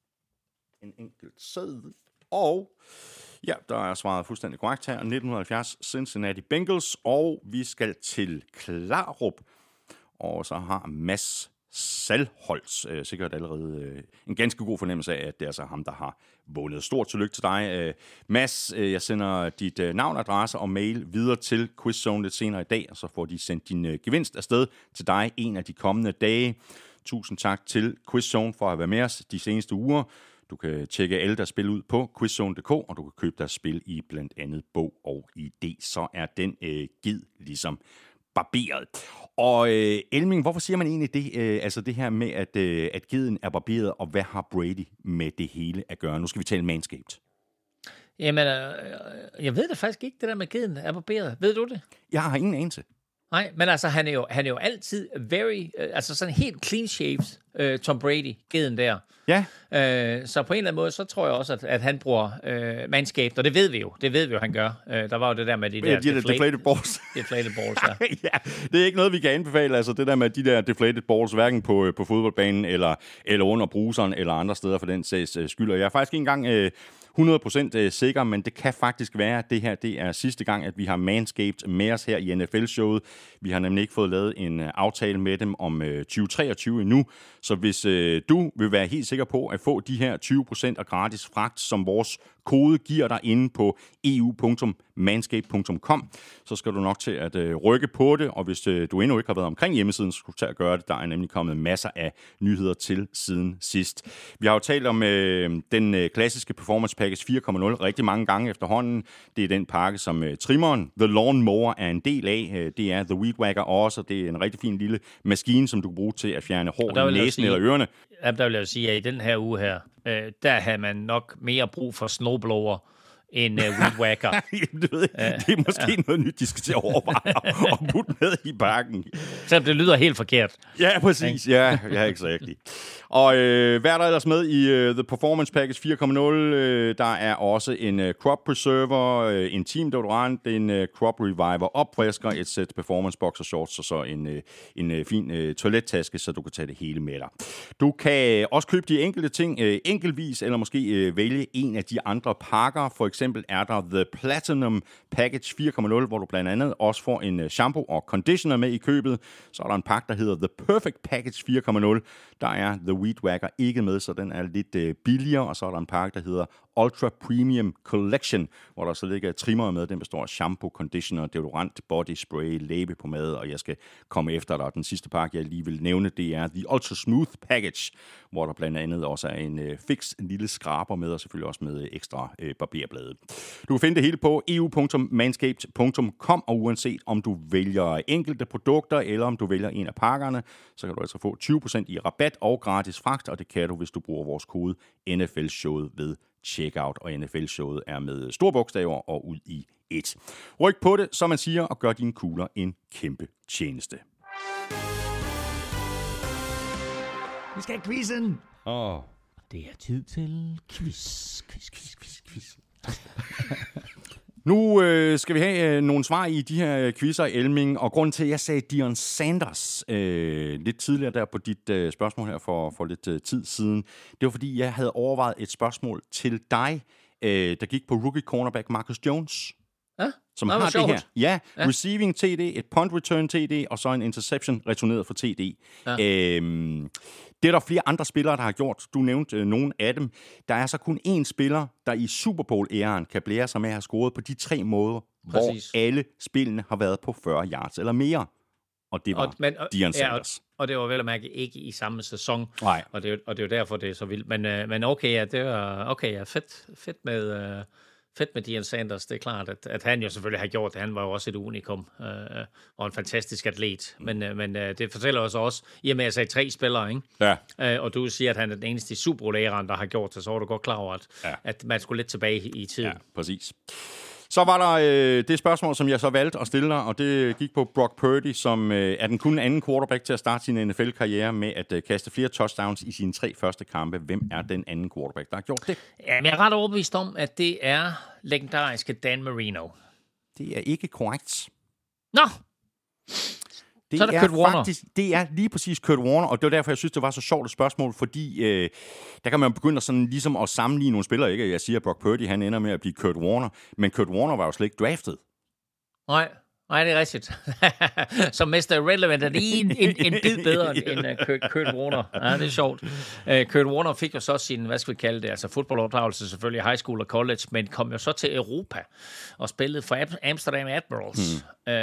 en enkelt seddel. Og ja, der er svaret fuldstændig korrekt her. 1970 Cincinnati Bengals, og vi skal til Klarup. Og så har Mads Salholz sikkert allerede en ganske god fornemmelse af, at det er altså ham, der har vundet. Stort tillykke til dig, Mads. Jeg sender dit navn, adresse og mail videre til Quizzone lidt senere i dag, og så får de sendt din gevinst afsted til dig en af de kommende dage. Tusind tak til Quizzone for at være med os de seneste uger. Du kan tjekke alle deres spil ud på quizzone.dk, og du kan købe deres spil i blandt andet bog og ID. Så er den givet ligesom barberet. Og Elming, hvorfor siger man egentlig det? Altså det her med, at geden er barberet, og hvad har Brady med det hele at gøre? Nu skal vi tale Manscaped. Jamen, jeg ved det faktisk ikke, det der med geden er barberet. Ved du det? Jeg har ingen anelse. Nej, men altså, han er jo altid altså sådan helt clean shaved, Tom Brady, geden der. Ja. Så på en eller anden måde, så tror jeg også, at han bruger Manscaped, og det ved vi jo, han gør. Der var jo det der med de der deflated balls. Deflated balls, ja. Ja, det er ikke noget, vi kan anbefale, altså det der med de der deflated balls, hverken på fodboldbanen, eller under bruseren, eller andre steder for den sags skyld. Og jeg er faktisk ikke engang 100% sikker, men det kan faktisk være, at det her det er sidste gang, at vi har Manscaped med os her i NFL-showet. Vi har nemlig ikke fået lavet en aftale med dem om 2023 endnu, så hvis du vil være helt sikker på at få de her 20% af gratis fragt, som vores kode giver dig inde på eu.manscaped.com, så skal du nok til at rykke på det, og hvis du endnu ikke har været omkring hjemmesiden, så skal du tage at gøre det. Der er nemlig kommet masser af nyheder til siden sidst. Vi har jo talt om den klassiske Performance Package 4.0 rigtig mange gange efterhånden. Det er den pakke, som trimmeren, The Lawn Mower, er en del af. Det er The Weed Whacker også, og det er en rigtig fin lille maskine, som du kan bruge til at fjerne hår i næsen eller ørerne. Ja, der vil jeg sige, at i den her uge her, der har man nok mere brug for snowblower end Weed Whacker. Det er måske noget nyt, de skal til at overveje og putte med i bakken. Selvom det lyder helt forkert. Ja, præcis. Ja, exactly. Og hvad er der ellers med i The Performance Package 4.0? Der er også en crop preserver, en team deodorant, en crop reviver opfrisker, et sæt performance boxer shorts og så en fin toilettaske, så du kan tage det hele med dig. Du kan også købe de enkelte ting enkeltvis, eller måske vælge en af de andre pakker. For eksempel er der The Platinum Package 4.0, hvor du blandt andet også får en shampoo og conditioner med i købet. Så er der en pakke, der hedder The Perfect Package 4.0. Der er The Weed Whacker ikke med, så den er lidt billigere. Og så er der en pakke, der hedder Ultra Premium Collection, hvor der så ligger trimmer med. Den består af shampoo, conditioner, deodorant, body spray, læbepomade, og jeg skal komme efter dig. Den sidste pakke, jeg lige vil nævne, det er The Ultra Smooth Package, hvor der blandt andet også er en en lille skraber med, og selvfølgelig også med ekstra barberblade. Du kan finde det hele på eu.manscaped.com, og uanset om du vælger enkelte produkter, eller om du vælger en af pakkerne, så kan du altså få 20% i rabat og gratis fragt, og det kan du, hvis du bruger vores kode NFL-showet ved checkout, og NFL-showet er med store bogstaver og ud i et. Ryk på det, som man siger, og gør dine kugler en kæmpe tjeneste. Vi skal have quizzen. Det er tid til quiz. Nu skal vi have nogle svar i de her quizzer, Elming, og grunden til, at jeg sagde Deion Sanders lidt tidligere der på dit spørgsmål her for lidt tid siden, det var fordi, jeg havde overvejet et spørgsmål til dig, der gik på rookie cornerback Marcus Jones. Ja, som har det her. Ja, receiving TD, et punt return TD, og så en interception returneret for TD. Ja. Det er der flere andre spillere, der har gjort. Du nævnte nogle af dem. Der er så kun én spiller, der i Super Bowl-æren kan blære sig med at have scoret på de 3 måder, hvor alle spillene har været på 40 yards eller mere. Og det var Deion Sanders. Og det var vel at mærke ikke i samme sæson. Nej. Og det er jo derfor, det er så vildt. Men okay, ja, det var okay, ja, fedt med Deion Sanders. Det er klart, at han jo selvfølgelig har gjort det. Han var jo også et unikum og en fantastisk atlet. Men det fortæller os også, i og med at jeg sagde 3 spillere, ikke? Ja. Og du siger, at han er den eneste i Super Bowl-æraen, der har gjort det, så var du godt klar over, at man skulle lidt tilbage i tiden. Ja, præcis. Så var der det spørgsmål, som jeg så valgte at stille dig, og det gik på Brock Purdy, som er den kun anden quarterback til at starte sin NFL-karriere med at kaste flere touchdowns i sine 3 første kampe. Hvem er den anden quarterback, der har gjort det? Ja, men jeg er ret overbevist om, at det er legendariske Dan Marino. Det er ikke korrekt. Nå! Så er der Kurt Warner. Faktisk, det er lige præcis Kurt Warner, og det var derfor, jeg synes, det var så sjovt et spørgsmål, fordi der kan man begynde sådan, ligesom at sammenligne nogle spillere. Ikke? Jeg siger, at Brock Purdy han ender med at blive Kurt Warner, men Kurt Warner var jo slet ikke draftet. Nej, det er rigtigt. Som Mr. Relevant er lige en bid bedre end Kurt Warner. Ja, det er sjovt. Kurt Warner fik jo så sin, hvad skal vi kalde det, altså fodboldopdragelse selvfølgelig, high school og college, men kom jo så til Europa og spillede for Amsterdam Admirals,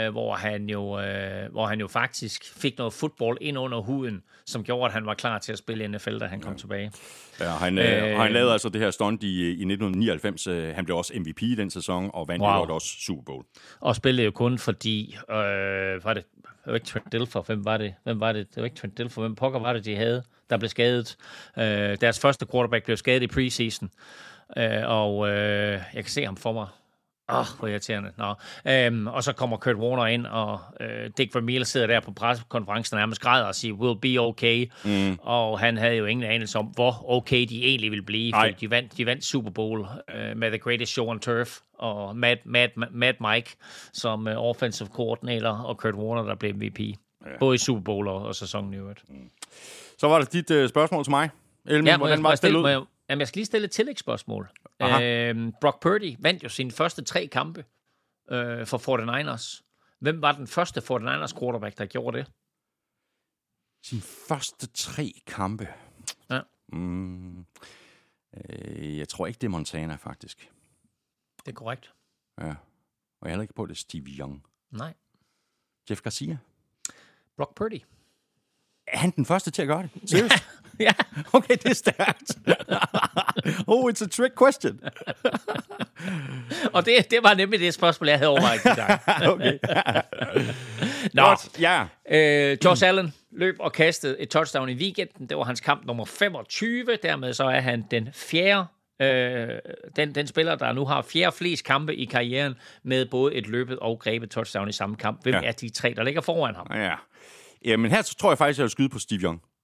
hvor han jo faktisk fik noget fodbold ind under huden, som gjorde, at han var klar til at spille NFL, da han kom tilbage. Ja, han lavede altså det her stunt i 1999. Han blev også MVP i den sæson, og vandt også Super Bowl. Og spillede jo kun fordi, var det ikke Trent Dilfer? Hvem var det? Det var ikke Trent Dilfer. Hvem pokker var det, de havde, der blev skadet? Deres første quarterback blev skadet i preseason. Og jeg kan se ham for mig. Hvor irriterende. Og så kommer Kurt Warner ind, og Dick Vermeil sidder der på pressekonferencen og nærmest græder og siger, we'll be okay. Og han havde jo ingen anelse om, hvor okay de egentlig ville blive, fordi de vandt Super Bowl med The Greatest Show on Turf, og Mad Mike som offensive coordinator, og Kurt Warner, der blev MVP. Ja. Både i Super Bowl og sæsonen i øvrigt. Så var det dit spørgsmål til mig. Elmin, hvordan var det ud? Jeg skal lige stille et tillægsspørgsmål. Brock Purdy vandt jo sine første 3 kampe for 49ers. Hvem var den første 49ers quarterback, der gjorde det? Sine første 3 kampe? Ja. Jeg tror ikke, det er Montana, faktisk. Det er korrekt. Ja. Og jeg heller ikke på, det er Steve Young. Nej. Jeff Garcia? Brock Purdy. Er han den første til at gøre det? Seriøst? Ja. Okay, det er stærkt. It's a trick question. Og det var nemlig det spørgsmål, jeg havde overvejet i dag. Okay. Godt, ja. Josh Allen løb og kastede et touchdown i weekenden. Det var hans kamp nummer 25. Dermed så er han den fjerde den spiller, der nu har 4 flest kampe i karrieren med både et løbet og grebet touchdown i samme kamp. Hvem er de 3, der ligger foran ham? Ja. Jamen her så tror jeg faktisk, jeg vil skyde på Steve Young.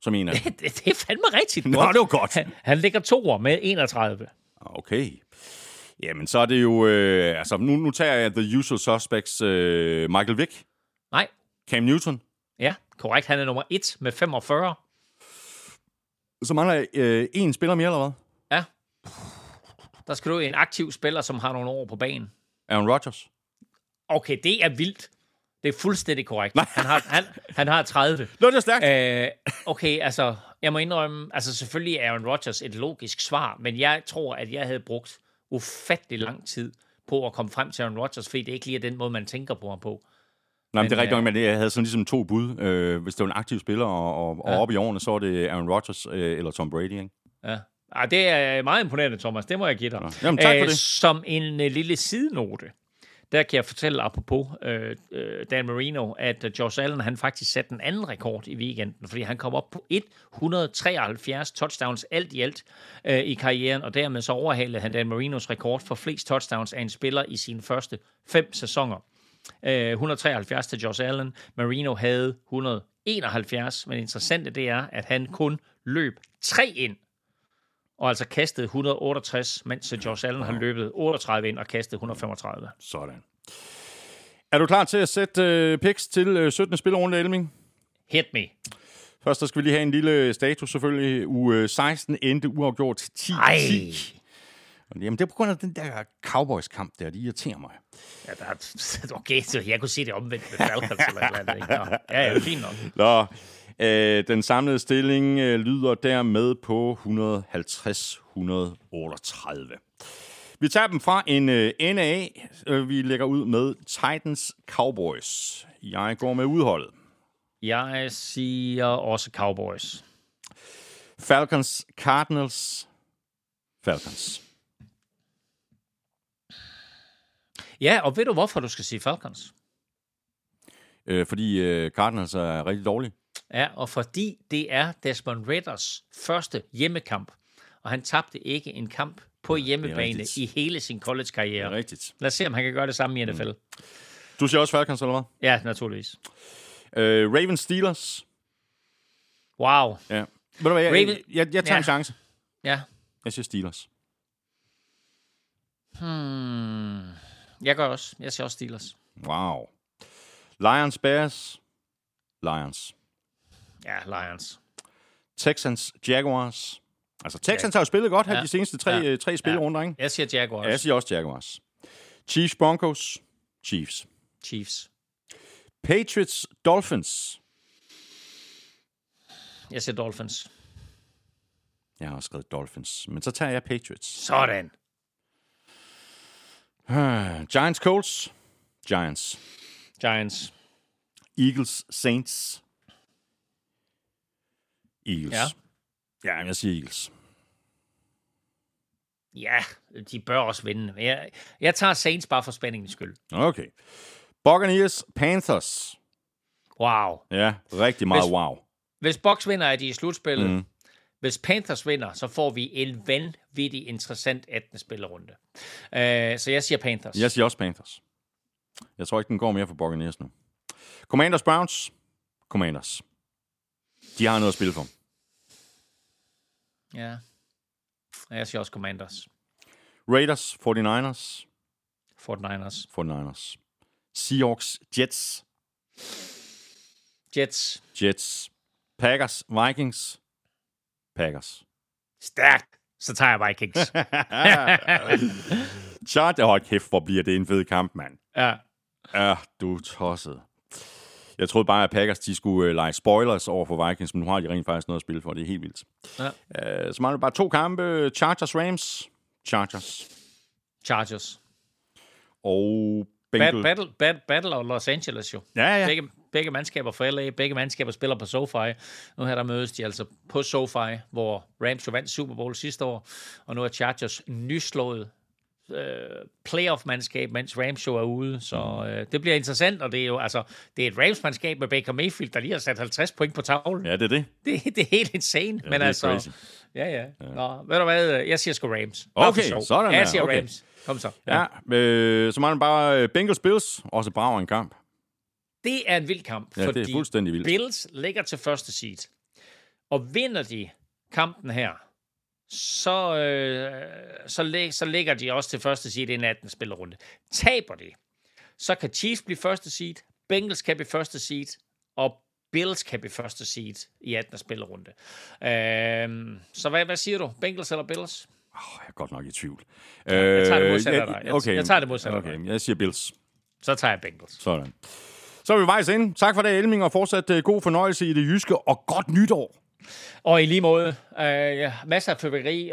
som en af dem. Det er fandme rigtigt. Nå, det var godt. Han ligger 2'er med 31. Okay. Jamen, så er det jo... altså, nu tager jeg The Usual Suspects. Michael Vick. Nej. Cam Newton. Ja, korrekt. Han er nummer 1 med 45. Så mangler en spiller mere, eller hvad? Ja. Der skal du en aktiv spiller, som har nogle år på banen. Aaron Rodgers. Okay, det er vildt. Det er fuldstændig korrekt. Han har 30. Nå, det er stærkt. Okay, altså, jeg må indrømme, altså selvfølgelig er Aaron Rodgers et logisk svar, men jeg tror, at jeg havde brugt ufattelig lang tid på at komme frem til Aaron Rodgers, fordi det ikke lige er den måde, man tænker på ham på. Nej, men det er rigtigt nok, men jeg havde sådan ligesom 2 bud. Hvis det var en aktiv spiller, og op i årene, så er det Aaron Rodgers eller Tom Brady, ikke? Ja. Ej, det er meget imponerende, Thomas. Det må jeg give dig. Jamen, tak for det. Som en lille sidenote, der kan jeg fortælle apropos Dan Marino, at Josh Allen, han faktisk satte en anden rekord i weekenden, fordi han kom op på 173 touchdowns alt i alt i karrieren, og dermed så overhalede han Dan Marinos rekord for flest touchdowns af en spiller i sine første 5 sæsoner. 173 til Josh Allen. Marino havde 171, men det interessante det er, at han kun løb 3 ind, og altså kastede 168, mens Josh Allen har løbet 38 ind og kastet 135. Sådan. Er du klar til at sætte picks til 17. spillerunde, Elming? Hit me. Først så skal vi lige have en lille status, selvfølgelig. Uge 16 endte uafgjort 10-10. Jamen, det er på grund af den der Cowboys-kamp der, de irriterer mig. Ja, okay, så jeg kunne sige det omvendt med Falcons eller andet. Ikke? Ja, fint nok. Nå, den samlede stilling lyder dermed på 150-138. Vi tager dem fra en NA. Vi lægger ud med Titans Cowboys. Jeg går med udholdet. Jeg siger også Cowboys. Falcons Cardinals. Falcons. Ja, og ved du, hvorfor du skal sige Falcons? Fordi Cardinals er rigtig dårlige. Ja, og fordi det er Desmond Ridders første hjemmekamp, og han tabte ikke en kamp på hjemmebane i hele sin college-karriere. Det er rigtigt. Lad os se, om han kan gøre det samme i NFL. Du siger også Falcons, eller hvad? Ja, naturligvis. Ravens Steelers. Wow. Ja. Ved du hvad, jeg tager en chance. Ja. Jeg siger Steelers. Jeg gør også. Jeg siger også Steelers. Wow. Lions Bears. Lions. Ja, Lions. Texans Jaguars. Altså, Texans har jo spillet godt her de seneste tre spillerunder, ikke? Jeg siger Jaguars. Ja, jeg siger også Jaguars. Chiefs Broncos. Chiefs. Chiefs. Patriots Dolphins. Jeg siger Dolphins. Jeg har også skrevet Dolphins, men så tager jeg Patriots. Sådan. Giants Colts. Giants. Giants. Eagles Saints. Eagles. Ja, jeg siger Eagles. Ja, de bør også vinde. Jeg tager Saints bare for spændingens skyld. Okay. Buccaneers Panthers. Wow. Ja, rigtig meget wow. Hvis Bucs vinder, er de i slutspillet. Hvis Panthers vinder, så får vi en vanvittig interessant 18. spillerunde. Så jeg siger Panthers. Jeg siger også Panthers. Jeg tror ikke, den går mere for Buccaneers nu. Commanders Browns. Commanders. De har noget at spille for. Ja. Jeg siger også Commanders. Raiders 49ers. 49ers. Seahawks Jets. Jets. Packers Vikings. Packers. Stærkt. Så tager jeg Vikings. Chargers, hold kæft, hvor bliver det en fed kamp, mand. Ja. Ja, du tosset. Jeg troede bare, at Packers de skulle lege spoilers over for Vikings, men nu har de rent faktisk noget at spille for. Det er helt vildt. Ja. Så mangler bare 2 kampe. Chargers Rams. Chargers. Og Battle of Los Angeles jo. Ja. Begge mandskaber fra LA, begge mandskaber spiller på SoFi. Nu her der mødes de altså på SoFi, hvor Rams jo vandt Super Bowl sidste år, og nu er Chargers nyslået playoff-mandskab, mens Rams jo er ude, så det bliver interessant, og det er jo altså, det er et Rams-mandskab med Baker Mayfield, der lige har sat 50 point på tavlen. Ja, det er det. Det er helt insane, ja, men altså... Crazy. Ja. Nå, ved du hvad? Jeg siger sgu Rams. Okay, sådan jeg siger Rams. Kom så. Ja, så mangler bare Bengals Bills, også brav en kamp. Det er en vild kamp, fordi det er fuldstændig vildt. Bills ligger til første seed. Og vinder de kampen her, så ligger de også til første seed i en 18. spillerunde. Taber de, så kan Chiefs blive første seed, Bengals kan blive første seed, og Bills kan blive første seed i 18. spillerunde. Så hvad siger du? Bengals eller Bills? Jeg er godt nok i tvivl. Jeg tager det modsatte af dig. Jeg tager det modsatte af dig. Jeg siger Bills. Så tager jeg Bengals. Sådan. Så er vi vejs ind. Tak for det, Elming, og fortsat god fornøjelse i det jyske, og godt nytår. Og i lige måde, masser af fyrværkeri,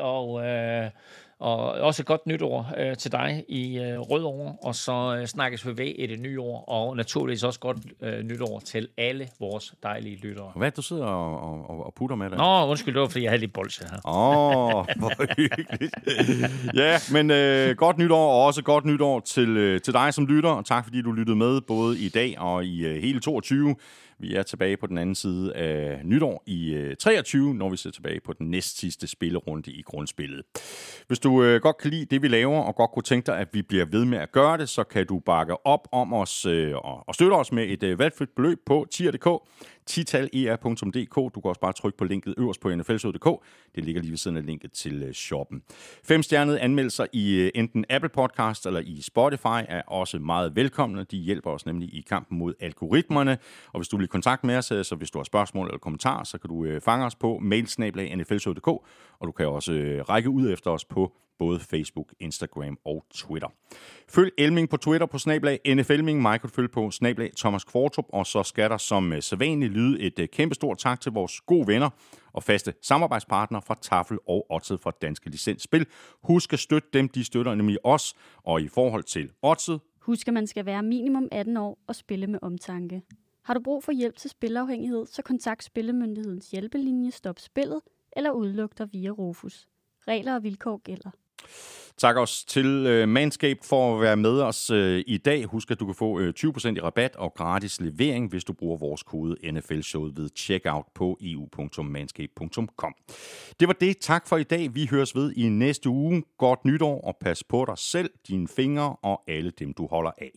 og også et godt nytår til dig i Rødovre, og så snakkes vi ved i det nye år, og naturligvis også godt nytår til alle vores dejlige lyttere. Hvad du sidder og putter med dig? Nå, undskyld, det var, fordi jeg havde lidt bolse her. Hvor hyggeligt. Ja, men godt nytår, og også godt nytår til dig som lytter, og tak fordi du lyttede med, både i dag og i hele 22. Vi er tilbage på den anden side af nytår i 23, når vi ser tilbage på den næst sidste spillerunde i grundspillet. Hvis du godt kan lide det, vi laver, og godt kunne tænke dig, at vi bliver ved med at gøre det, så kan du bakke op om os og støtte os med et valgfrit beløb på tier.dk. tital.er.dk. Du kan også bare trykke på linket øverst på nflshowet.dk. Det ligger lige ved siden af linket til shoppen. 5-stjernede anmeldelser i enten Apple Podcast eller i Spotify er også meget velkomne. De hjælper os nemlig i kampen mod algoritmerne. Og hvis du vil i kontakt med os, så hvis du har spørgsmål eller kommentarer, så kan du fange os på mail@nflshowet.dk, og du kan også række ud efter os på både Facebook, Instagram og Twitter. Følg Elming på Twitter på @NFElming. Mig kan du følge på @Thomas Kvartrup, og så skal der som sædvanligt lyde et kæmpestort tak til vores gode venner og faste samarbejdspartnere fra Tafel og Oddset fra Danske Licensspil. Husk at støtte dem, de støtter nemlig os, og i forhold til Oddset. Husk, at man skal være minimum 18 år og spille med omtanke. Har du brug for hjælp til spilafhængighed, så kontakt Spillemyndighedens hjælpelinje Stop Spillet eller udluk dig via Rufus. Regler og vilkår gælder. Tak også til Manscaped for at være med os i dag. Husk, at du kan få 20% i rabat og gratis levering, hvis du bruger vores kode NFL-showet ved checkout på eu.manscaped.com. Det var det. Tak for i dag. Vi høres ved i næste uge. Godt nytår, og pas på dig selv, dine fingre og alle dem, du holder af.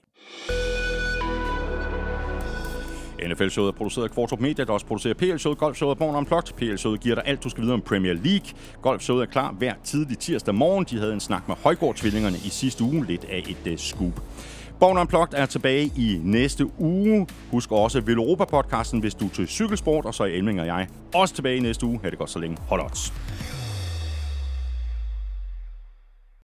NFL-showet er produceret af Kvartrup Media, der også producerer PL-showet, Golf-showet og Born Unplugged. PL-showet giver dig alt, du skal vide om Premier League. Golf-showet er klar hver tidlig tirsdag morgen. De havde en snak med Højgaard-tvillingerne i sidste uge. Lidt af et scoop. Born Unplugged er tilbage i næste uge. Husk også Veloropa-podcasten, hvis du er til cykelsport, og så er Elming og jeg også tilbage i næste uge. Ha' det godt så længe. Hold odds.